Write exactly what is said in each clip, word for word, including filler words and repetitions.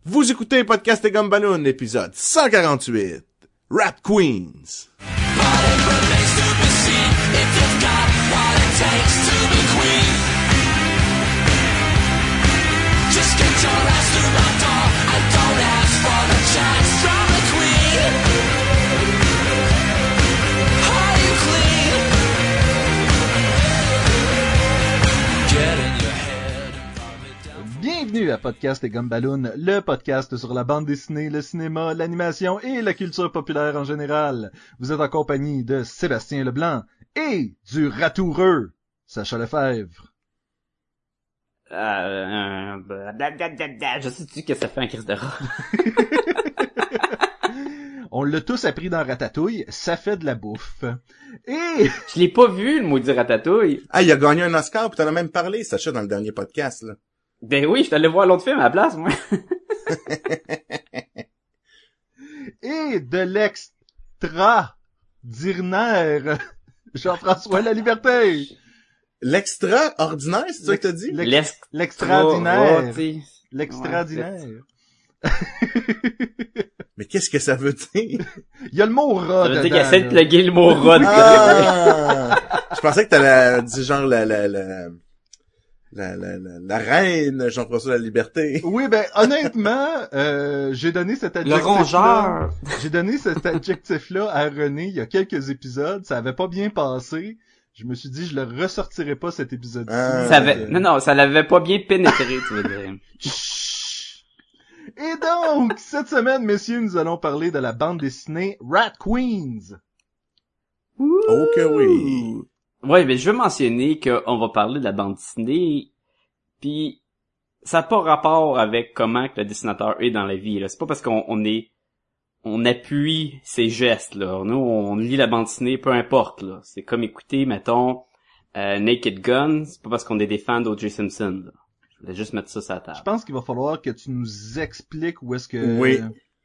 Vous écoutez Podcast et Gumballoon, épisode cent quarante-huit. Rat Queens. Bienvenue à Podcast et Gumballoon, le podcast sur la bande dessinée, le cinéma, l'animation et la culture populaire en général. Vous êtes en compagnie de Sébastien Leblanc et du ratoureux Sacha Lefebvre. Euh, euh, je sais-tu que ça fait un crise de rat? On l'a tous appris dans Ratatouille, ça fait de la bouffe. Et... Je l'ai pas vu, le maudit Ratatouille. Ah, il a gagné un Oscar, puis t'en as même parlé, Sacha, dans le dernier podcast, là. Ben oui, je suis allé voir l'autre film à la place, moi. Et de l'extraordinaire Jean-François Laliberté. L'extraordinaire, c'est ça que t'as dit? L'ex- l'extraordinaire. Oh, L'extraordinaire. Ouais, Mais qu'est-ce que ça veut dire? Il y a le mot rat ça veut dire dedans, qu'il essaie de là. plugger le mot rat. Ah! Je pensais que t'allais dire genre la, la, la, la, la, la, la reine Jean-François la Liberté. Oui, ben, honnêtement, euh, j'ai donné cet Le adjectif-là. rongeur. J'ai donné cet adjectif-là à René il y a quelques épisodes. Ça avait pas bien passé. Je me suis dit, je le ressortirai pas cet épisode-ci. Ah. Ça avait... Non, non, ça l'avait pas bien pénétré, tu veux dire. Chut. Et donc, cette semaine, messieurs, nous allons parler de la bande dessinée Rat Queens. Oh que oui. Ouais, mais je veux mentionner qu'on va parler de la bande dessinée, puis ça n'a pas rapport avec comment que le dessinateur est dans la vie, là. C'est pas parce qu'on on est... on appuie ses gestes, là. Nous, on lit la bande dessinée, peu importe, là. C'est comme écouter, mettons, euh, Naked Gun, c'est pas parce qu'on est des fans d'O J Simpson, là. Je voulais juste mettre ça sur la table. Je pense qu'il va falloir que tu nous expliques où est-ce que... Oui.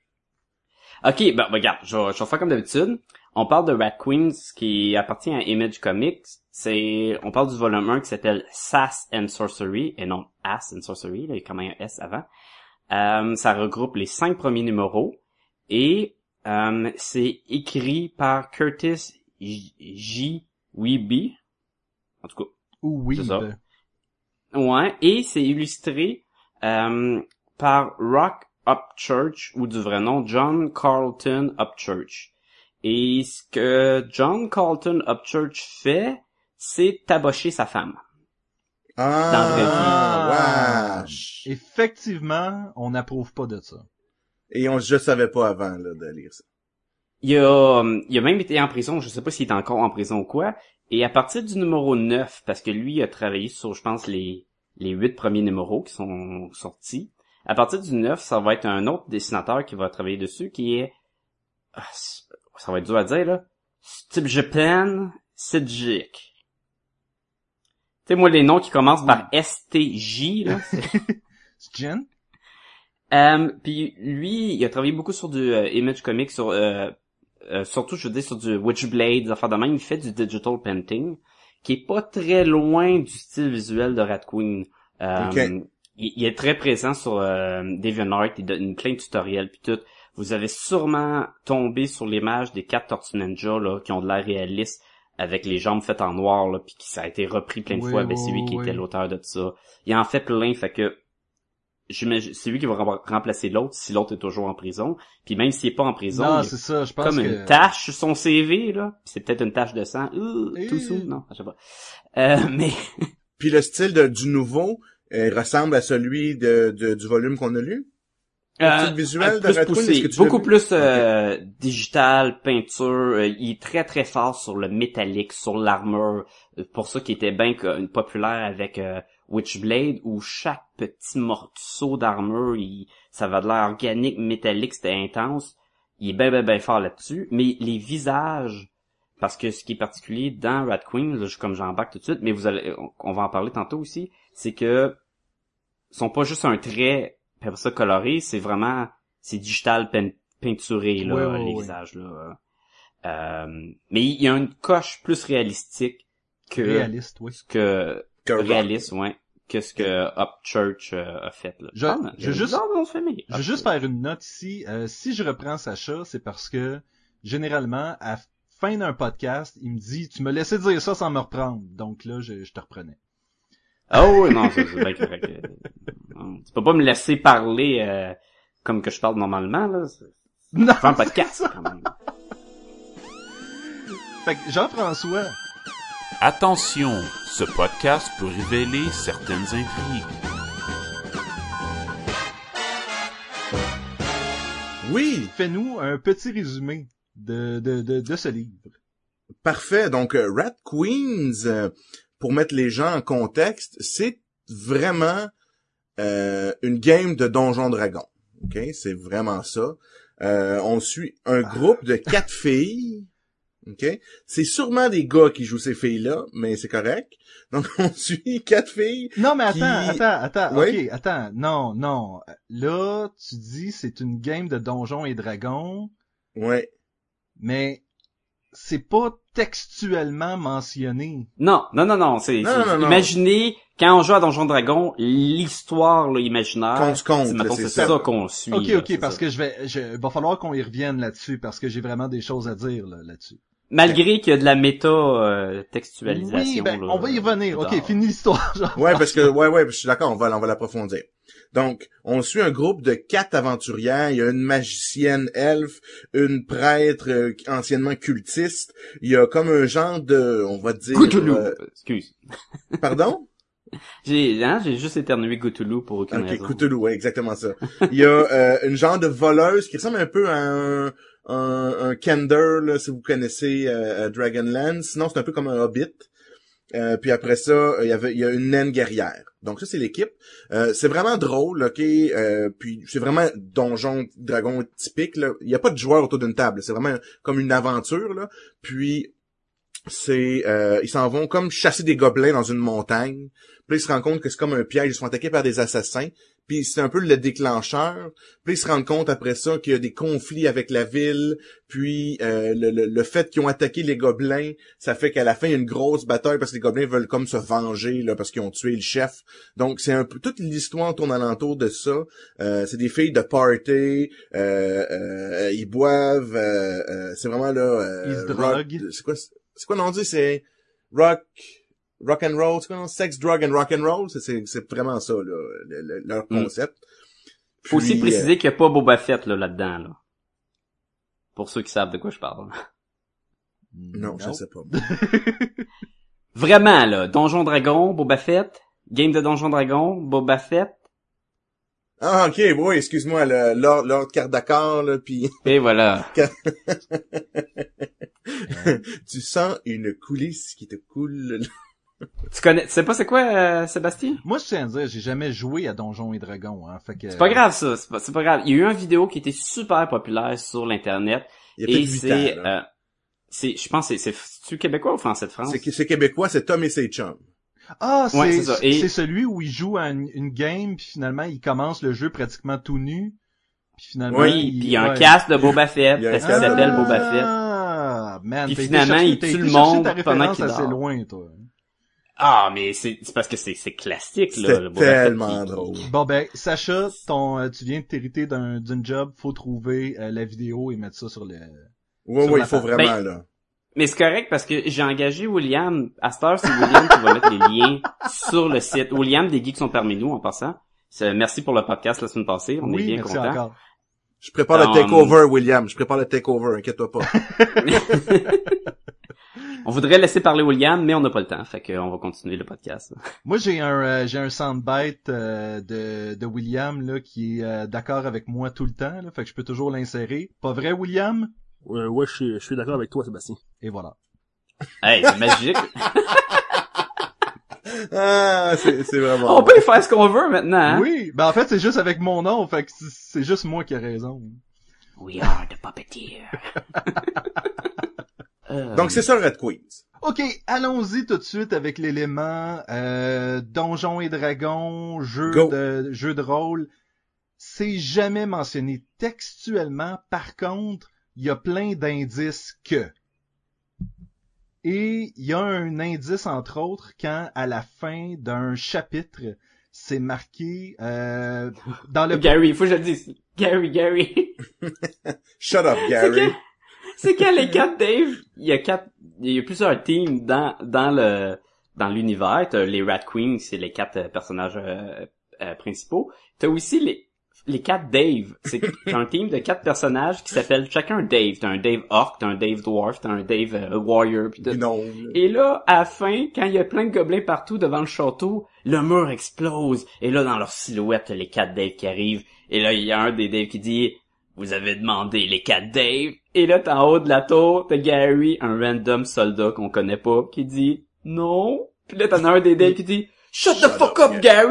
Ok, ben regarde, je vais, je vais faire comme d'habitude. On parle de Rat Queens, qui appartient à Image Comics. C'est, on parle du volume un qui s'appelle Sass and Sorcery, et non Ass and Sorcery, là, il y a quand même un S avant. Euh, ça regroupe les cinq premiers numéros, et euh, c'est écrit par Curtis J. J. Wiebe. En tout cas, Ou oui. c'est ça. Ouais, et c'est illustré euh, par Rock Upchurch, ou du vrai nom, John Carlton Upchurch. Et ce que John Carlton Upchurch fait, c'est tabocher sa femme. Ah, Dans la vraie Ah, wesh. effectivement, on n'approuve pas de ça. Et on, je savais pas avant, là, de lire ça. Il a, il a même été en prison, je sais pas s'il est encore en prison ou quoi, et à partir du numéro neuf, parce que lui a travaillé sur, je pense, les les huit premiers numéros qui sont sortis, à partir du neuf, ça va être un autre dessinateur qui va travailler dessus, qui est, ah, ça va être dur à dire, là, Stjepan Sidjic. Tu sais, moi, les noms qui commencent par S T J, là, c'est... C'est Jen? Euh, puis lui, il a travaillé beaucoup sur du euh, Image Comics, sur euh, euh, surtout je veux dire sur du Witchblade, des affaires de même. Il fait du digital painting, qui est pas très loin du style visuel de Rat Queen. Euh, Okay. il, il est très présent sur euh, DeviantArt, il donne plein de tutoriels puis tout. Vous avez sûrement tombé sur l'image des quatre Tortues Ninja là, qui ont de l'air réaliste, avec les jambes faites en noir là, puis qui ça a été repris plein de Oui, fois. Ben oui, c'est lui qui oui. était l'auteur de ça. Il en fait plein, fait que j'imagine, c'est lui qui va rem- remplacer l'autre si l'autre est toujours en prison. Puis même s'il est pas en prison, Non, il y a c'est ça, je pense comme que... une tache sur son C V, là. Puis c'est peut-être une tache de sang. Ouh, Eh. tout sous, non, je sais pas. Euh, mais Puis le style de, du nouveau euh, ressemble à celui de, de du volume qu'on a lu? Le style visuel de plus Rat Queen, poussé, est-ce que tu l'as beaucoup vu? plus euh, digital, peinture. Euh, il est très très fort sur le métallique, sur l'armure. Euh, Pour ça qu'il était bien euh, populaire avec euh, Witchblade, où chaque petit morceau d'armure, il, ça va de l'air organique, métallique, c'était intense. Il est bien bien bien fort là-dessus. Mais les visages, parce que ce qui est particulier dans Rat Queen, là, je, comme j'embarque tout de suite, mais vous allez, on, on va en parler tantôt aussi, c'est que sont pas juste un trait puis après ça coloré, c'est vraiment c'est digital pein- peinturé là, Oui, oui, les oui. visages là. Euh, mais il y a une coche plus réalistique que Réaliste, oui. que Que Rock. réaliste, ouais, que ce que Upchurch euh, a fait. Là. Je, ah, je, juste, dans famille. je veux juste faire une note ici. Euh, si je reprends Sacha, c'est parce que, généralement, à fin d'un podcast, il me dit « Tu me laissais dire ça sans me reprendre. » Donc là, je, je te reprenais. Ah oh, oui, non, c'est, c'est bien correct. Tu peux pas me laisser parler euh, comme que je parle normalement, là. C'est... Non, c'est un podcast, quand même. Fait que Jean-François... Attention, ce podcast peut révéler certaines intrigues. Oui! Fais-nous un petit résumé de, de, de, de ce livre. Parfait. Donc, euh, Rat Queens, euh, pour mettre les gens en contexte, c'est vraiment euh, une game de Donjon Dragon. Ok, c'est vraiment ça. Euh, on suit un groupe de quatre filles. Ok, c'est sûrement des gars qui jouent ces filles-là, mais c'est correct. Donc, on suit quatre filles. Non, mais attends, qui... attends, attends. Oui? Ok, attends. Non, non. Là, tu dis c'est une game de Donjons et Dragons. Ouais. Mais c'est pas textuellement mentionné. Non, non, non, non. C'est, Non, c'est, non, non, imaginez, quand on joue à Donjon Dragon, l'histoire là, imaginaire, Qu'on se compte, c'est, là, mettons, c'est c'est ça. ça qu'on suit. Ok, là, ok, c'est parce ça. que je vais, je, va falloir qu'on y revienne là-dessus parce que j'ai vraiment des choses à dire là, là-dessus. Malgré qu'il y a de la méta euh, textualisation. Oui, ben, là, on va y revenir. plus Ok, tard. finis l'histoire. Genre. Ouais, parce que, ouais, ouais, je suis d'accord, on va, on va l'approfondir. Donc, on suit un groupe de quatre aventurières. Il y a une magicienne elfe, une prêtre euh, anciennement cultiste. Il y a comme un genre de, on va dire... Cthulhu. euh, Excuse. pardon? J'ai, hein, j'ai juste éternué Cthulhu pour aucune Ok, raison. Cthulhu, ouais, exactement ça. Il y a euh, une genre de voleuse qui ressemble un peu à un, un, un Kender, là, si vous connaissez euh, Dragonlance. Sinon, c'est un peu comme un Hobbit. Euh, puis après ça, il y avait, il y a une naine guerrière. Donc ça, c'est l'équipe. Euh, c'est vraiment drôle, ok. Euh, puis c'est vraiment donjon dragon typique. Là. Il y a pas de joueurs autour d'une table. C'est vraiment comme une aventure là. Puis c'est, euh, ils s'en vont comme chasser des gobelins dans une montagne. Puis là, ils se rendent compte que c'est comme un piège. Ils se font attaquer par des assassins. Puis c'est un peu le déclencheur. Puis ils se rendent compte après ça qu'il y a des conflits avec la ville. Puis euh, le, le, le fait qu'ils ont attaqué les gobelins, ça fait qu'à la fin, il y a une grosse bataille parce que les gobelins veulent comme se venger là parce qu'ils ont tué le chef. Donc c'est un peu toute l'histoire tourne alentour de ça. Euh, c'est des filles de party. Euh, euh, ils boivent. Euh, euh, c'est vraiment là. Euh, Ils se rock- droguent. C'est quoi C'est quoi l'on dit C'est rock. Rock and roll, c'est quoi, non? Sex, drug and rock and roll, c'est, c'est, c'est vraiment ça, là, le, le, leur concept. Mm. Faut aussi Puis, préciser qu'il n'y a pas Boba Fett, là, là-dedans, là. Pour ceux qui savent de quoi je parle. Non, je sais pas. Vraiment, là. Donjon Dragon, Boba Fett. Game de Donjon Dragon, Boba Fett. Ah, ok, oui, excuse-moi, le, Lord, Lord Cardacor, là, pis... Et voilà. tu sens une coulisse qui te coule. Tu connais, tu sais pas c'est quoi, euh, Sébastien? Moi, je tiens à dire, j'ai jamais joué à Donjons et Dragons, hein. Fait que. C'est pas grave, ça. C'est pas, c'est pas grave. Il y a eu une vidéo qui était super populaire sur l'Internet. Il y a Et peut-être huit c'est, ans, là. euh, c'est, je pense, que c'est, c'est, c'est-tu québécois ou français de France? C'est, c'est québécois, c'est Tom et ses chums. Ah, c'est, Ouais, c'est ça. Et- c'est celui où il joue à une, une game, puis finalement, il commence le jeu pratiquement tout nu. Puis finalement, Oui, il, puis il y a un ouais. cast de Boba Fett, Il y a un parce qu'il cast de s'appelle Boba Boba Fett. Ah, man, Puis t'as été finalement, chercher- il t'as tue été le chercher monde ta pendant référence qu'il assez dort. loin, toi. Ah, mais c'est, c'est parce que c'est, c'est classique, là, C'était le Boba Fett tellement qui- drôle. Bon ben, Sacha, ton, euh, tu viens de t'hériter d'un, d'une job, faut trouver euh, la vidéo et mettre ça sur le... Ouais, Sur ouais, la il faut page. vraiment, Ben, là. Mais c'est correct parce que j'ai engagé William. À cette heure, c'est William qui va mettre les liens sur le site. William des Geeks sont parmi nous, en passant. C'est- merci pour le podcast la semaine passée. On oui, est bien merci contents. encore. Je prépare Non, le takeover, William. Je prépare le takeover, inquiète-toi pas. On voudrait laisser parler William, mais on n'a pas le temps. Fait qu'on va continuer le podcast. Moi, j'ai un euh, j'ai un soundbite euh, de, de William là qui est euh, d'accord avec moi tout le temps. Là, fait que je peux toujours l'insérer. Pas vrai, William? Euh, ouais, je suis, je suis d'accord avec toi, Sébastien. Et voilà. Hey, c'est magique. Ah, c'est, c'est vraiment... On peut faire ce qu'on veut maintenant, hein? Oui, ben en fait, c'est juste avec mon nom, fait que c'est- c'est juste moi qui ai raison. We are the puppeteer. Euh, Donc, c'est ça, Red Queens. Ok, allons-y tout de suite avec l'élément euh, Donjons et Dragons, jeu Go. de jeu de rôle. C'est jamais mentionné textuellement. Par contre, il y a plein d'indices que. Et il y a un indice, entre autres, quand à la fin d'un chapitre, c'est marqué euh, dans le... Gary, il faut que je le dise. Gary, Gary. Shut up, Gary. C'est que, c'est quand les quatre Dave, il y a quatre, il y a plusieurs teams dans, dans le, dans l'univers. T'as les Rat Queens, c'est les quatre euh, personnages euh, euh, principaux. T'as aussi les, les quatre Dave. C'est un team de quatre personnages qui s'appellent chacun Dave. T'as un Dave Orc, t'as un Dave Dwarf, t'as un Dave euh, Warrior, pis tout. Non. Et là, à la fin, quand il y a plein de gobelins partout devant le château, le mur explose. Et là, dans leur silhouette, t'as les quatre Dave qui arrivent. Et là, il y a un des Dave qui dit « Vous avez demandé les quatre Dave. » Et là, t'es en haut de la tour, t'as Gary, un random soldat qu'on connaît pas, qui dit « Non. » Puis là, t'en as un des Dave qui dit « Shut, Shut the fuck up, up Gary. »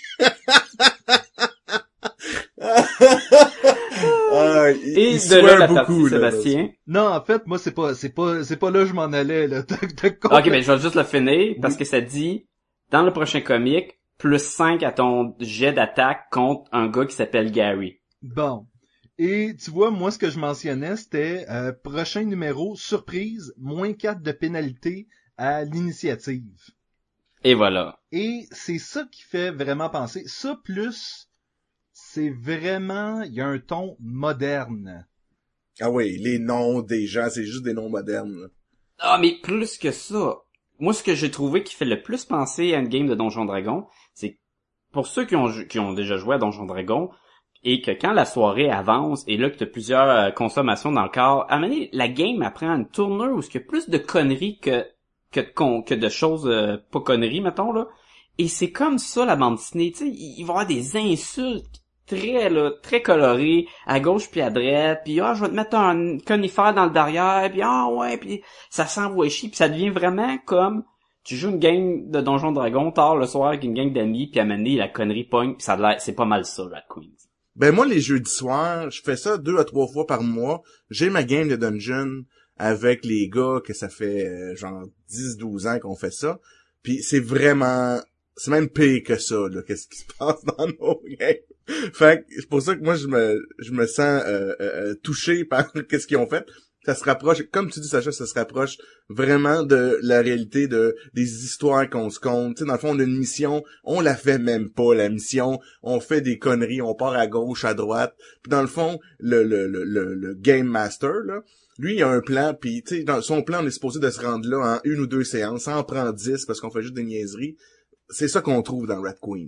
Ah, il, Et il de là, la beaucoup, partie, là, Sébastien. Là. Non, en fait, moi, c'est pas, c'est pas, c'est pas là que je m'en allais, là. T'as, t'as ok, ben, je vais juste le finir, parce que ça dit, dans le prochain comic, plus cinq à ton jet d'attaque contre un gars qui s'appelle Gary. Bon. Et, tu vois, moi, ce que je mentionnais, c'était, euh, prochain numéro, surprise, moins quatre de pénalité à l'initiative. Et voilà. Et c'est ça qui fait vraiment penser. Ça, plus, c'est vraiment, il y a un ton moderne. Ah oui, les noms des gens, c'est juste des noms modernes. Là. Ah, mais plus que ça. Moi, ce que j'ai trouvé qui fait le plus penser à une game de Donjon Dragon, c'est pour ceux qui ont qui ont déjà joué à Donjon Dragon, et que quand la soirée avance, et là que t'as plusieurs euh, consommations dans le corps, à un moment donné, la game apprend une tournure où il y a plus de conneries que que de, con, que de choses euh, pas conneries, mettons, là. Et c'est comme ça, la bande dessinée, tu sais, il, il va y avoir des insultes très là, très coloré à gauche puis à droite, puis ah je vais te mettre un conifère dans le derrière, puis ah ouais, puis ça s'envoie chier, puis ça devient vraiment comme tu joues une game de Donjon Dragon tard le soir avec une gang d'amis, puis à un moment donné, la connerie pogne, puis ça a l'air, c'est pas mal ça, Rat Queens. Ben moi les jeudis soirs, je fais ça deux à trois fois par mois. J'ai ma game de Dungeon avec les gars que ça fait euh, genre dix douze ans qu'on fait ça, puis c'est vraiment c'est même pire que ça là, qu'est-ce qui se passe dans nos games. Fait que c'est pour ça que moi je me je me sens euh, euh, touché par qu'est-ce qu'ils ont fait. Ça se rapproche, comme tu dis Sacha, ça se rapproche vraiment de la réalité de des histoires qu'on se compte. Tu sais, dans le fond, on a une mission, on la fait même pas la mission, on fait des conneries, on part à gauche, à droite. Puis dans le fond, le le le le, le game master là, lui il a un plan, puis tu sais, dans son plan on est supposé de se rendre là en une ou deux séances, ça en prend dix parce qu'on fait juste des niaiseries. C'est ça qu'on trouve dans Rat Queens.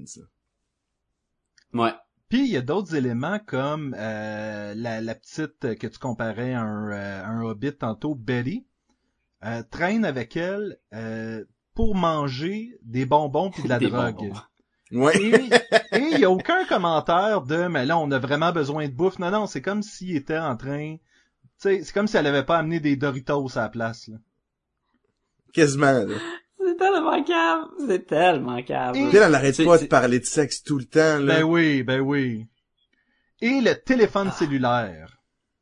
Là. Ouais. Puis il y a d'autres éléments comme euh, la, la petite que tu comparais à un, euh, un hobbit tantôt, Betty, euh, traîne avec elle euh, pour manger des bonbons puis de la Des drogue. bonbons. Ouais. Et il y a aucun commentaire de mais là on a vraiment besoin de bouffe. Non non, c'est comme s'il était en train, tu sais, c'est comme si elle avait pas amené des Doritos à la place là. Quasiment là. C'est tellement cave, c'est tellement cave. Et elle arrête c'est, pas c'est... de parler de sexe tout le temps, là. Ben oui, ben oui. Et le téléphone ah. cellulaire.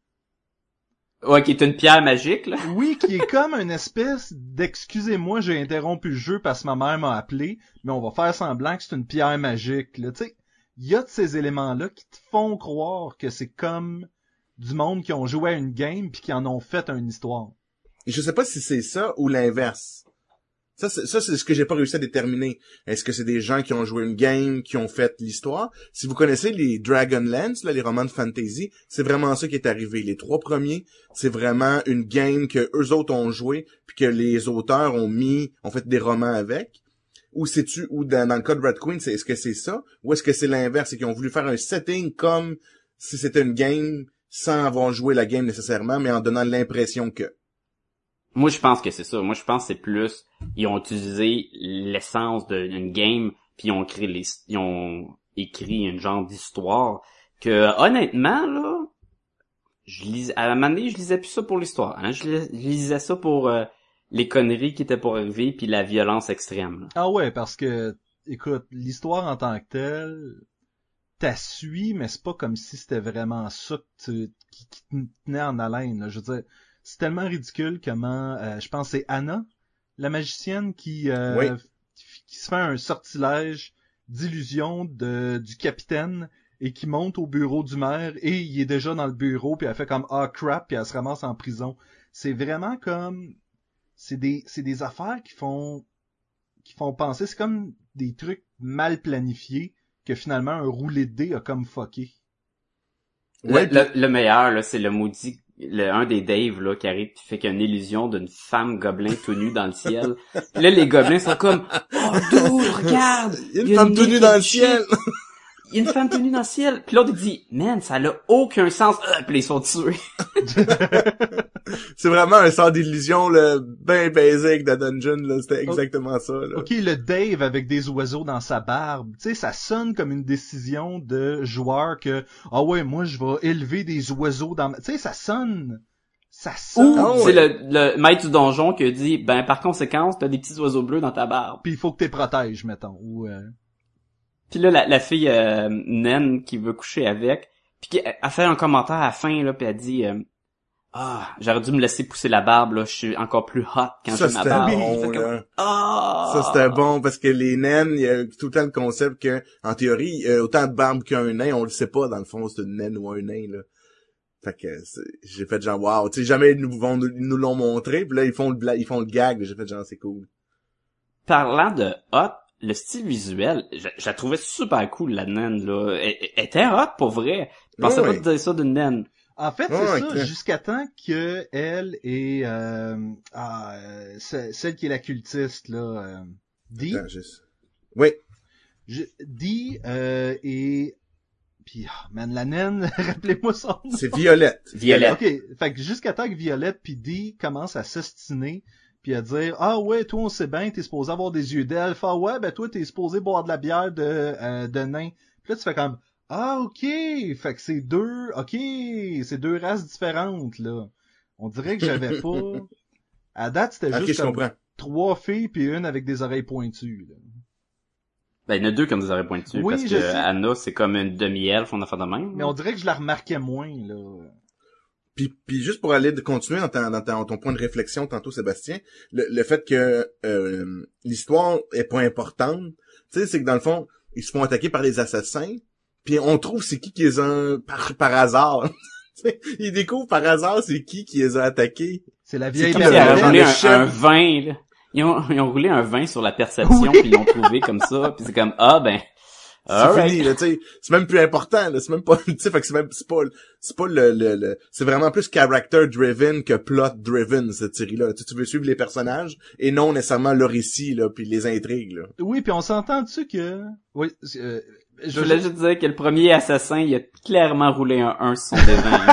Ouais, qui est une pierre magique, là. Oui, qui est comme une espèce d'excusez-moi, j'ai interrompu le jeu parce que ma mère m'a appelé, mais on va faire semblant que c'est une pierre magique, là. Tu sais, il y a de ces éléments-là qui te font croire que c'est comme du monde qui ont joué à une game puis qui en ont fait une histoire. Et je sais pas si c'est ça ou l'inverse. Ça, c'est, ça, c'est ce que j'ai pas réussi à déterminer. Est-ce que c'est des gens qui ont joué une game, qui ont fait l'histoire? Si vous connaissez les Dragonlance, là, les romans de fantasy, c'est vraiment ça qui est arrivé. Les trois premiers, c'est vraiment une game que eux autres ont joué, puis que les auteurs ont mis, ont fait des romans avec. Ou c'est-tu, ou dans, dans le cas de Rat Queen, c'est, est-ce que c'est ça? Ou est-ce que c'est l'inverse? C'est qu'ils ont voulu faire un setting comme si c'était une game, sans avoir joué la game nécessairement, mais en donnant l'impression que... Moi, je pense que c'est ça. Moi, je pense que c'est plus, ils ont utilisé l'essence d'une game, puis ils ont créé les, ils ont écrit un genre d'histoire que, honnêtement, là, je lisais, à un moment donné, je lisais plus ça pour l'histoire, hein. Je, lis, je lisais ça pour euh, les conneries qui étaient pour arriver, puis la violence extrême, là. Ah ouais, parce que, écoute, l'histoire en tant que telle, t'as suis, mais c'est pas comme si c'était vraiment ça que tu, qui, qui te tenait en haleine, là. Je veux dire, c'est tellement ridicule comment, euh, je pense que c'est Anna, la magicienne qui, euh, oui. qui se fait un sortilège d'illusion de du capitaine et qui monte au bureau du maire et il est déjà dans le bureau puis elle fait comme ah crap puis elle se ramasse en prison. C'est vraiment comme c'est des, c'est des affaires qui font, qui font penser, c'est comme des trucs mal planifiés que finalement un roulé de dés a comme fucké. Ouais, le, le, le meilleur, là, c'est le maudit, le, un des Dave, là, qui arrive qui fait qu'il y a une illusion d'une femme gobelin tout nue dans le ciel. Puis là, les gobelins sont comme, oh, dude, regarde! Il y a une femme tout nue dans le ciel! Il y a une femme tout nue dans le ciel. Puis l'autre, il dit, man, ça n'a aucun sens. Euh, puis ils sont tués. C'est vraiment un sort d'illusion, là, ben basic de Dungeon, là. C'était exactement ça, là. Ok, le Dave avec des oiseaux dans sa barbe. Tu sais, ça sonne comme une décision de joueur que, ah ouais, moi, je vais élever des oiseaux dans ma... Tu sais, ça sonne... Ça sonne... Ou, oh, c'est ouais. le, le maître du donjon qui a dit, ben, par conséquence, t'as des petits oiseaux bleus dans ta barbe. Puis il faut que t'es protèges, mettons. Ou, euh... Puis là, la, la fille euh, naine qui veut coucher avec, puis qui a fait un commentaire à la fin, là, puis elle dit euh, ah, j'aurais dû me laisser pousser la barbe, là, je suis encore plus hot quand Ça, j'ai ma c'était barbe. bon, Fait comme, là. ah! Ça, c'était bon, parce que les naines, il y a tout le temps le concept que, en théorie, euh, autant de barbe qu'un nain, on le sait pas, dans le fond, c'est une naine ou un nain, là. Fait que, c'est, j'ai fait genre, wow, tu sais, jamais ils nous, vont, ils nous l'ont montré, puis là, ils font le bla- ils font le gag, j'ai fait genre, c'est cool. Parlant de hot, le style visuel, je, je la trouvais super cool, la naine, là. Elle, elle était hot, pour vrai. Je pensais Ouais, pas ouais. te dire ça d'une naine. En fait, Ouais, c'est ça, ok. jusqu'à temps que elle et euh, ah, euh, ce- celle qui est la cultiste, là, euh, Dee, Attends, juste... Oui. je, Dee euh, et... Puis, ah, man, la naine, rappelez-moi son nom. C'est Violette. Violette. Ok, fait que jusqu'à temps que Violette puis Dee commencent à s'ostiner puis à dire, ah ouais, toi on sait bien, t'es supposé avoir des yeux d'elfe, ah ouais, ben toi t'es supposé boire de la bière de, euh, de nain. Puis là tu fais comme, ah ok, fait que c'est deux, ok, c'est deux races différentes, là. On dirait que j'avais pas... À date, c'était Ok, juste je comme comprends. trois filles puis une avec des oreilles pointues, là. Ben, il y en a deux comme des oreilles pointues, Oui, parce je que sais. Anna, c'est comme une demi-elfe, on a fait de même. Mais on dirait que je la remarquais moins, là. Puis, puis juste pour aller de continuer dans, ta, dans ta- ton point de réflexion tantôt, Sébastien, le, le fait que euh, l'histoire est pas importante, tu sais, c'est que dans le fond, ils se font attaquer par des assassins, puis on trouve c'est qui qui les a par, par hasard. Tu sais, ils découvrent par hasard c'est qui qui les a attaqués. C'est la vieille qui Comme si elle le avait genre roulé de un, chef. un vin, là. Ils ont, ils ont roulé un vin sur la perception, Oui. puis ils l'ont trouvé comme ça, puis c'est comme, ah ben, C'est alright. fini, là, tu sais. C'est même plus important, là. C'est même pas, tu sais, fait que c'est même, c'est pas, c'est pas le, le, le- c'est vraiment plus character driven que plot driven, cette série-là. Tu sais, tu veux suivre les personnages et non nécessairement le récit, là, puis les intrigues, là. Oui, puis on s'entend dessus que... Oui, euh, Je voulais juste dire que le premier assassin, il a clairement roulé un un sur son devant.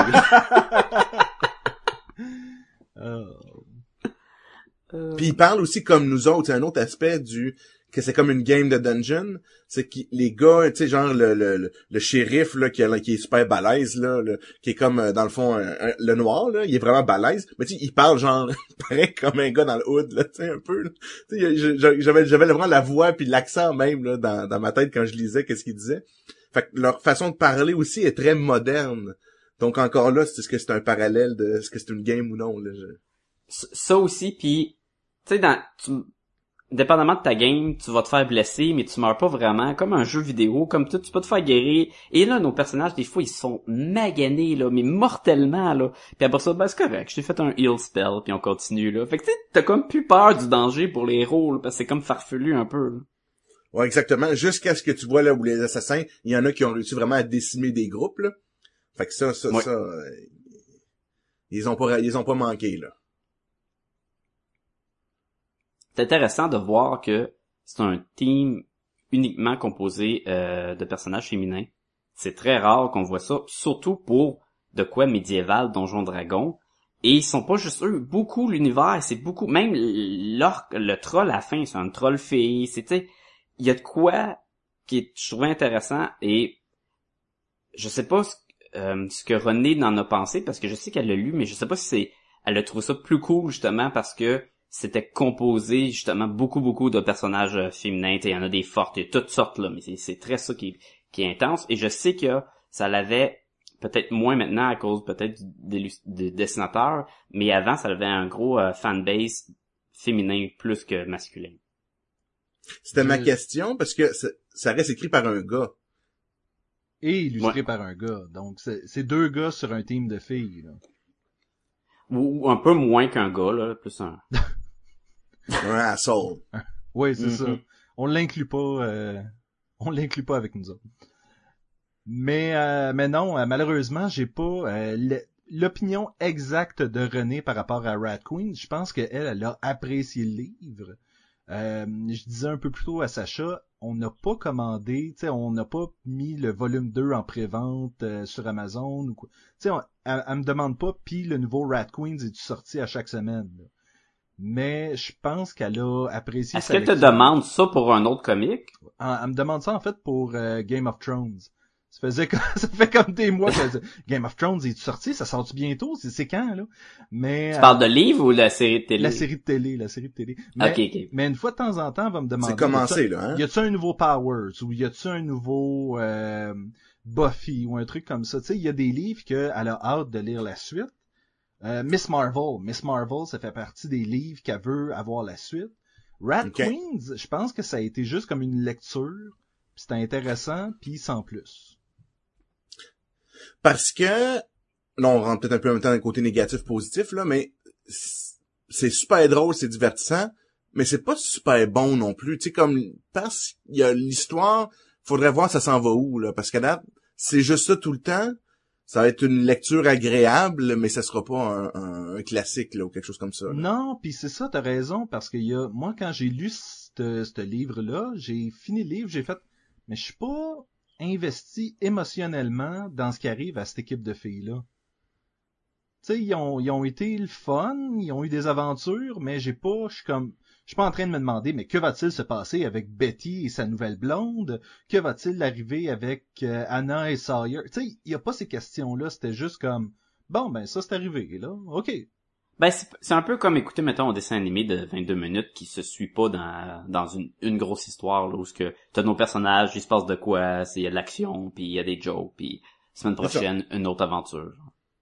Euh, Euh, Puis il parle aussi comme nous autres, c'est un autre aspect du que c'est comme une game de dungeon, c'est que les gars, tu sais, genre le, le, le, le shérif là qui, a- qui est super balèze là, le- qui est comme euh, dans le fond un- un- le noir là, il est vraiment balèze, mais tu sais, il parle genre pareil comme un gars dans le hood là, tu sais un peu. Là. Tu sais, je- je- j'avais j'avais vraiment la voix puis l'accent même là dans dans ma tête quand je lisais qu'est-ce qu'il disait. Fait que leur façon de parler aussi est très moderne. Donc encore là, c'est ce que c'est un parallèle de est-ce que c'est une game ou non là. Je... ça aussi, puis tu sais, dans, tu, dépendamment de ta game, tu vas te faire blesser, mais tu meurs pas vraiment, comme un jeu vidéo, comme tout, tu peux te faire guérir. Et là, nos personnages, des fois, ils se font maganés, là, mais mortellement, là. Puis après ça, ben c'est correct, je t'ai fait un heal spell, puis on continue, là. Fait que tu sais, t'as comme plus peur du danger pour les héros, là, parce que c'est comme farfelu un peu, là. Ouais, exactement. Jusqu'à ce que tu vois là où les assassins, il y en a qui ont réussi vraiment à décimer des groupes là. Fait que ça, ça, Ouais. ça, euh, ils ont pas, ils ont pas manqué là. C'est intéressant de voir que c'est un team uniquement composé euh, de personnages féminins. C'est très rare qu'on voit ça, surtout pour de quoi médiéval, Donjon Dragon. Et ils sont pas juste eux, beaucoup l'univers, c'est beaucoup, même l'orc, le troll à la fin, c'est un troll fille, c'est, tu sais, il y a de quoi qui est, je trouvais intéressant, et je sais pas ce, euh, ce que Renée en a pensé, parce que je sais qu'elle l'a lu, mais je sais pas si c'est, elle a trouvé ça plus cool, justement, parce que c'était composé, justement, beaucoup, beaucoup de personnages euh, féminins, il y en a des fortes, il y a toutes sortes, là, mais c'est, c'est très ça qui est, qui est intense, et je sais que ça l'avait peut-être moins maintenant à cause peut-être des, des dessinateurs, mais avant, ça avait un gros euh, fanbase féminin plus que masculin. C'était ma Je- question parce que ça, ça reste écrit par un gars. Et illustré Ouais. par un gars. Donc, c'est c'est deux gars sur un team de filles, là. Ou, ou un peu moins qu'un gars, là, plus un... Un asshole. Oui, c'est Mm-hmm. ça. On l'inclut pas, euh, on l'inclue pas avec nous autres. Mais, euh, mais non, euh, malheureusement, j'ai pas euh, le- l'opinion exacte de René par rapport à Rat Queen. Je pense qu'elle, elle a apprécié le livre. Euh, je disais un peu plus tôt à Sacha, on n'a pas commandé, tu sais, on n'a pas mis le volume deux en pré-vente euh, sur Amazon ou quoi. Tu sais, on- elle, elle me demande pas, puis le nouveau Rat Queens est sorti à chaque semaine. Là. Mais je pense qu'elle a apprécié Est-ce sa qu'elle te lecture. demande ça pour un autre comique? Elle, elle me demande ça en fait pour euh, Game of Thrones. Ça faisait comme, ça fait comme des mois que Game of Thrones est sorti, ça sort bientôt, c'est, c'est quand là? Mais Tu euh, parles de livre ou la série de télé? la série de télé, la série de télé. Mais, Ok, ok. mais une fois de temps en temps, elle va me demander. C'est commencé, y là, hein? Y a-tu un nouveau Powers ou y a-tu un nouveau euh, Buffy ou un truc comme ça? Tu sais, il y a des livres qu'elle a hâte de lire la suite. Euh, Miss Marvel, Miss Marvel, ça fait partie des livres qu'elle veut avoir la suite. Rat Ok. Queens, je pense que ça a été juste comme une lecture, puis c'était intéressant, puis sans plus. Parce que, là, on rentre peut-être un peu en même temps dans le côté négatif, positif, là, mais c'est super drôle, c'est divertissant, mais c'est pas super bon non plus. Tu sais, comme, parce qu'il y a l'histoire, faudrait voir ça s'en va où, là, parce qu'à date, c'est juste ça tout le temps. Ça va être une lecture agréable, mais ça sera pas un, un, un classique, là, ou quelque chose comme ça. Là. Non, puis c'est ça, t'as raison, parce que y a, moi, quand j'ai lu ce livre-là, j'ai fini le livre, j'ai fait, mais je suis pas investi émotionnellement dans ce qui arrive à cette équipe de filles-là. Tu sais, ils ont, ils ont été le fun, ils ont eu des aventures, mais j'ai pas, je suis comme, je suis pas en train de me demander, mais que va-t-il se passer avec Betty et sa nouvelle blonde? Que va-t-il arriver avec euh, Anna et Sawyer? Tu sais, il y a pas ces questions-là, c'était juste comme, bon, ben ça c'est arrivé, là, ok. Ben, c'est, c'est un peu comme écouter, mettons, un dessin animé de vingt-deux minutes qui se suit pas dans, dans une, une grosse histoire, là, où ce que t'as nos personnages, il se passe de quoi, il y a de l'action, puis il y a des jokes, puis semaine prochaine, une autre aventure.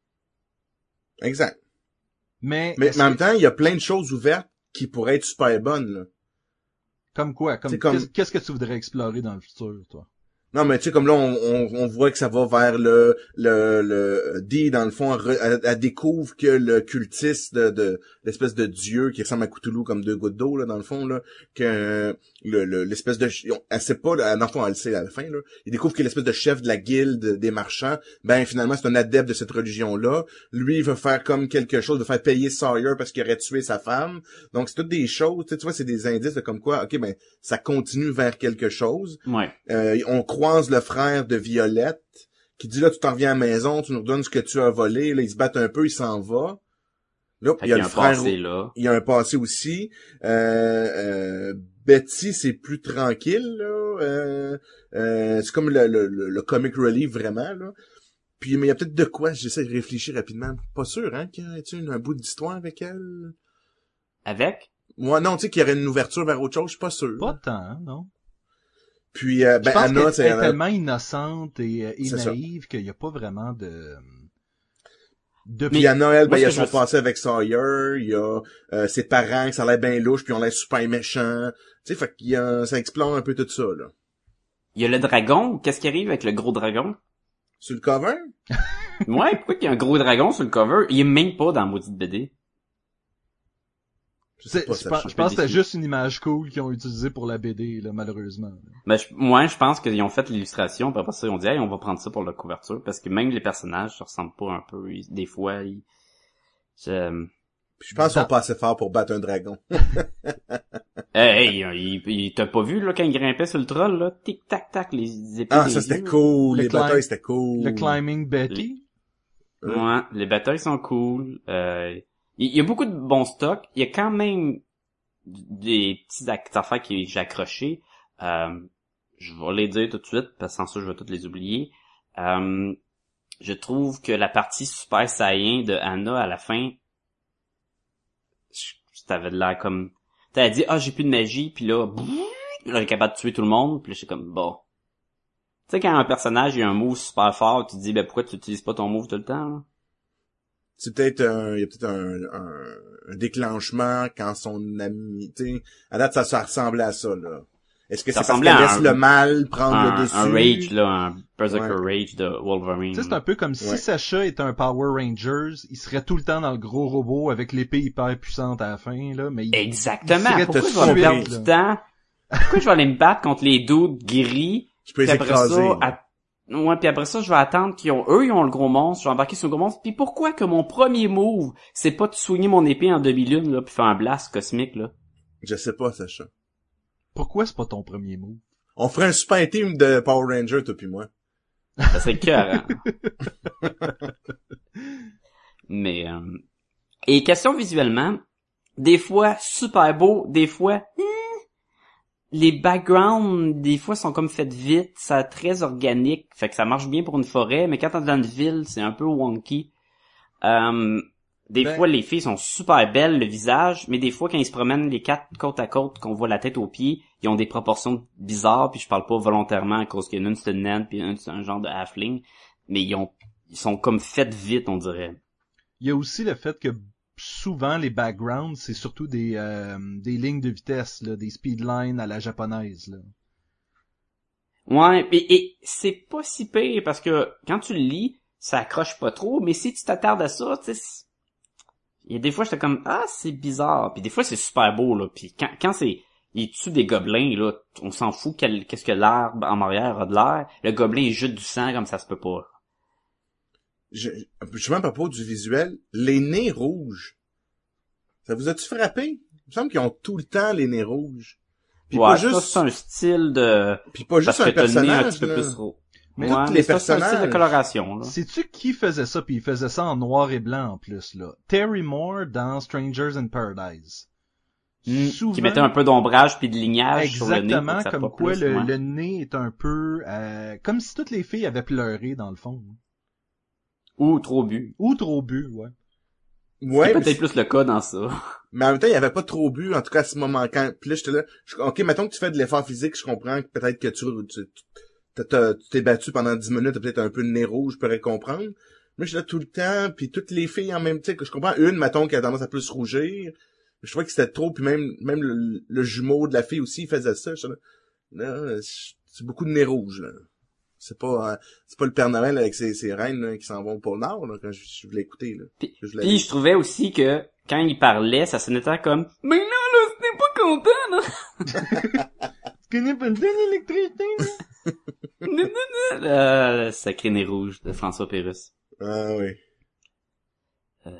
Exact. Mais, Mais, mais en même que... temps, il y a plein de choses ouvertes qui pourraient être super bonnes, là. Comme quoi? Comme, comme... Qu'est-ce, qu'est-ce que tu voudrais explorer dans le futur, toi? Non, mais tu sais, comme là, on, on, on voit que ça va vers le le le Dee, dans le fond, elle, elle découvre que le cultiste de, de l'espèce de dieu qui ressemble à Cthulhu comme deux gouttes d'eau, là, dans le fond, là, que le, le l'espèce de... Elle sait pas, là, dans le fond, elle le sait à la fin, là. Il découvre que l'espèce de chef de la guilde des marchands, ben, finalement, c'est un adepte de cette religion-là. Lui, il veut faire comme quelque chose, veut faire payer Sawyer parce qu'il aurait tué sa femme. Donc, c'est toutes des choses, tu vois, c'est des indices de comme quoi, ok, ben, ça continue vers quelque chose. Ouais. Euh, on croise le frère de Violette qui dit là tu t'en reviens à la maison, tu nous redonnes ce que tu as volé, là ils se battent un peu, il s'en va. Là, il y a le frère, passé, là. il y a un passé aussi. Euh, euh, Betty c'est plus tranquille là, euh, euh, c'est comme le, le, le, le comic relief vraiment là. Puis mais il y a peut-être de quoi, j'essaie de réfléchir rapidement, pas sûr hein qu'il y ait un bout d'histoire avec elle. Avec? Moi non, tu sais qu'il y aurait une ouverture vers autre chose, je suis pas sûr. Pas tant, hein, non. Puis euh, ben je pense Anna, qu'elle c'est est tellement innocente et, et c'est naïve qu'il n'y a pas vraiment de... de... Puis à Noël, ben, il y a je son veux... passé avec Sawyer, il y a euh, ses parents qui ça a l'air bien louche, puis on l'air super méchant. Tu sais, fait qu'il y a, ça explore un peu tout ça, là. Il y a le dragon. Qu'est-ce qui arrive avec le gros dragon? Sur le cover? Ouais, pourquoi il y a un gros dragon sur le cover? Il est même pas dans la maudite B D. Je sais pas, je ça, pense, je je pense que c'était déçu. juste une image cool qu'ils ont utilisée pour la B D, là, malheureusement. Ben, je, moi, je pense qu'ils ont fait l'illustration, puis après ça, ils ont dit, hey, on va prendre ça pour la couverture, parce que même les personnages se ressemblent pas un peu. Ils- des fois, ils... Je... je pense qu'ils sont pas assez forts pour battre un dragon. Hey, hey, il, il t'as pas vu, là, quand il grimpait sur le troll, là? Tic, tac, tac, les épées Ah, des ça c'était yeux. cool, Le les climb- batailles c'était cool. Le Climbing Betty. Ouais, les batailles sont cool. Euh, il y, y a beaucoup de bons stocks. Il y a quand même des petites affaires que j'ai accrochées. Euh, je vais les dire tout de suite, parce que sans ça, je vais toutes les oublier. Euh, je trouve que la partie Super Saiyan de Anna à la fin, t'avais de l'air comme... T'avais dit, ah, j'ai plus de magie, puis là, là, elle est capable de tuer tout le monde, puis là, j'étais comme, bon... Tu sais, quand un personnage il a un move super fort, tu te dis, ben pourquoi tu utilises pas ton move tout le temps, là? C'est peut-être un, il y a peut-être un, un, un déclenchement quand son ami, tu sais, à date, ça, ça ressemblait à ça, là. Est-ce que Ça c'est parce ressemblait qu'elle à laisse un- le mal prendre un, le dessus? un Rage, là, un Berserker Ouais. Rage de Wolverine. Tu sais, c'est un peu comme si Ouais. Sacha était un Power Rangers, il serait tout le temps dans le gros robot avec l'épée hyper puissante à la fin, là, mais il... Exactement. il serait Pourquoi te je vais me sauver, perdre là. du temps? Pourquoi je vais aller me battre contre les dudes gris? Je peux les Puis après écraser. ça, là. à- ouais, puis après ça, je vais attendre qu'ils ont, eux, ils ont le gros monstre, je vais embarquer sur le gros monstre. Puis pourquoi que mon premier move, c'est pas de soigner mon épée en demi-lune, là, puis faire un blast cosmique, là? Je sais pas, Sacha. Pourquoi c'est pas ton premier mot? On ferait un super team de Power Rangers, toi puis moi. Ça serait cœur, Mais, euh... et question visuellement, des fois super beau, des fois, hmm, les backgrounds, des fois, sont comme faits vite, ça très organique, fait que ça marche bien pour une forêt, mais quand t'es dans une ville, c'est un peu wonky. Euh, des Ben- fois, les filles sont super belles, le visage, mais des fois, quand ils se promènent les quatre côte à côte, qu'on voit la tête aux pieds, ils ont des proportions bizarres, puis je parle pas volontairement à cause qu'il y en a une c'est une naine, puis une c'est un genre de halfling, mais ils ont, ils sont comme faites vite, on dirait. Il y a aussi le fait que souvent les backgrounds, c'est surtout des euh, des lignes de vitesse, là, des speedlines à la japonaise, là. Ouais, et, et c'est pas si pire parce que quand tu le lis, ça accroche pas trop, mais si tu t'attardes à ça, tu sais, c'est- il y a des fois j'étais comme ah c'est bizarre, puis des fois c'est super beau là, puis quand quand c'est il tue des gobelins là, on s'en fout quel, qu'est-ce que l'arbre en arrière a de l'air, le gobelin il jette du sang comme ça se peut pas. Je, justement, à propos du visuel, les nez rouges. Ça vous a-tu frappé? Il me semble qu'ils ont tout le temps les nez rouges. Puis Ouais, pas ça, juste, c'est un style de puis pas juste parce un que t'as le nez un personnage, petit peu là. plus ro- Mais ouais, tous mais les ça, c'est un style de personnages. coloration là. Sais-tu qui faisait ça, puis il faisait ça en noir et blanc en plus, là? Terry Moore dans Strangers in Paradise. Mm, Souvent- qui mettait un peu d'ombrage puis de lignage sur le nez pour Exactement, que ça comme pas quoi plus, le, ouais. le nez est un peu... euh, comme si toutes les filles avaient pleuré, dans le fond. Ou trop bu. Ou trop bu, ouais. Ouais, C'est mais, peut-être plus le cas dans ça. mais en même temps, il y avait pas trop bu, en tout cas à ce moment. Quand, puis là, j'étais là, je- ok, mettons que tu fais de l'effort physique, je comprends que peut-être que tu, tu, tu, t'as- tu t'es battu pendant dix minutes, t'as peut-être un peu de nez rouge, je pourrais comprendre. Moi, je suis là tout le temps, puis toutes les filles en même temps, que je comprends une, mettons, qui a tendance à plus rougir. Je trouvais que c'était trop, puis même, même le, le jumeau de la fille aussi, il faisait ça. J'étais là, là, c'est beaucoup de nez rouge, là. C'est pas, euh, c'est pas le Père Noël avec ses, ses reines, là, qui s'en vont pour le Nord, là, quand je, je voulais écouter, là. Puis, Je l'avais. puis je trouvais aussi que quand il parlait, ça sonnait comme « Mais non, là, c'était pas content, là! Tu connais pas le dernier électricité, là? » Euh, le sacré nez rouge de François Pérusse. Ah oui. Euh...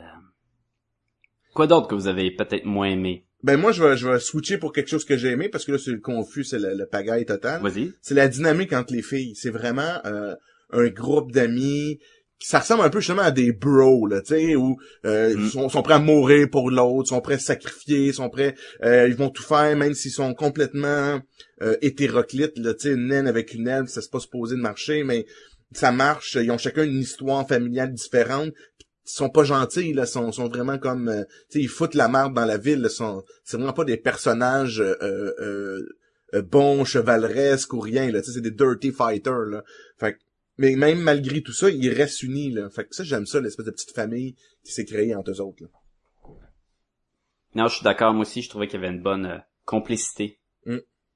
Quoi d'autre que vous avez peut-être moins aimé? Ben moi, je vais, je vais switcher pour quelque chose que j'ai aimé, parce que là, c'est le confus, c'est le, le pagaille total. Vas-y. C'est la dynamique entre les filles. C'est vraiment euh, un groupe d'amis. Ça ressemble un peu justement à des bros, là, tu sais, où euh, Mm. ils sont, sont prêts à mourir pour l'autre, sont prêts à se sacrifier, sont prêts, euh, ils vont tout faire, même s'ils sont complètement euh, hétéroclites, là, tu sais, une naine avec une elfe, ça c'est pas supposé de marcher, mais ça marche. Ils ont chacun une histoire familiale différente. Ils sont pas gentils, là, sont, sont vraiment comme, euh, tu sais, ils foutent la merde dans la ville, là, sont, c'est vraiment pas des personnages euh, euh, euh, bons, chevaleresques ou rien, là, tu sais, c'est des dirty fighters, là. Fait que, mais même malgré tout ça, ils restent unis, là. Fait que ça, j'aime ça, l'espèce de petite famille qui s'est créée entre eux autres, là. Non, je suis d'accord, moi aussi, je trouvais qu'il y avait une bonne euh, complicité. Mm.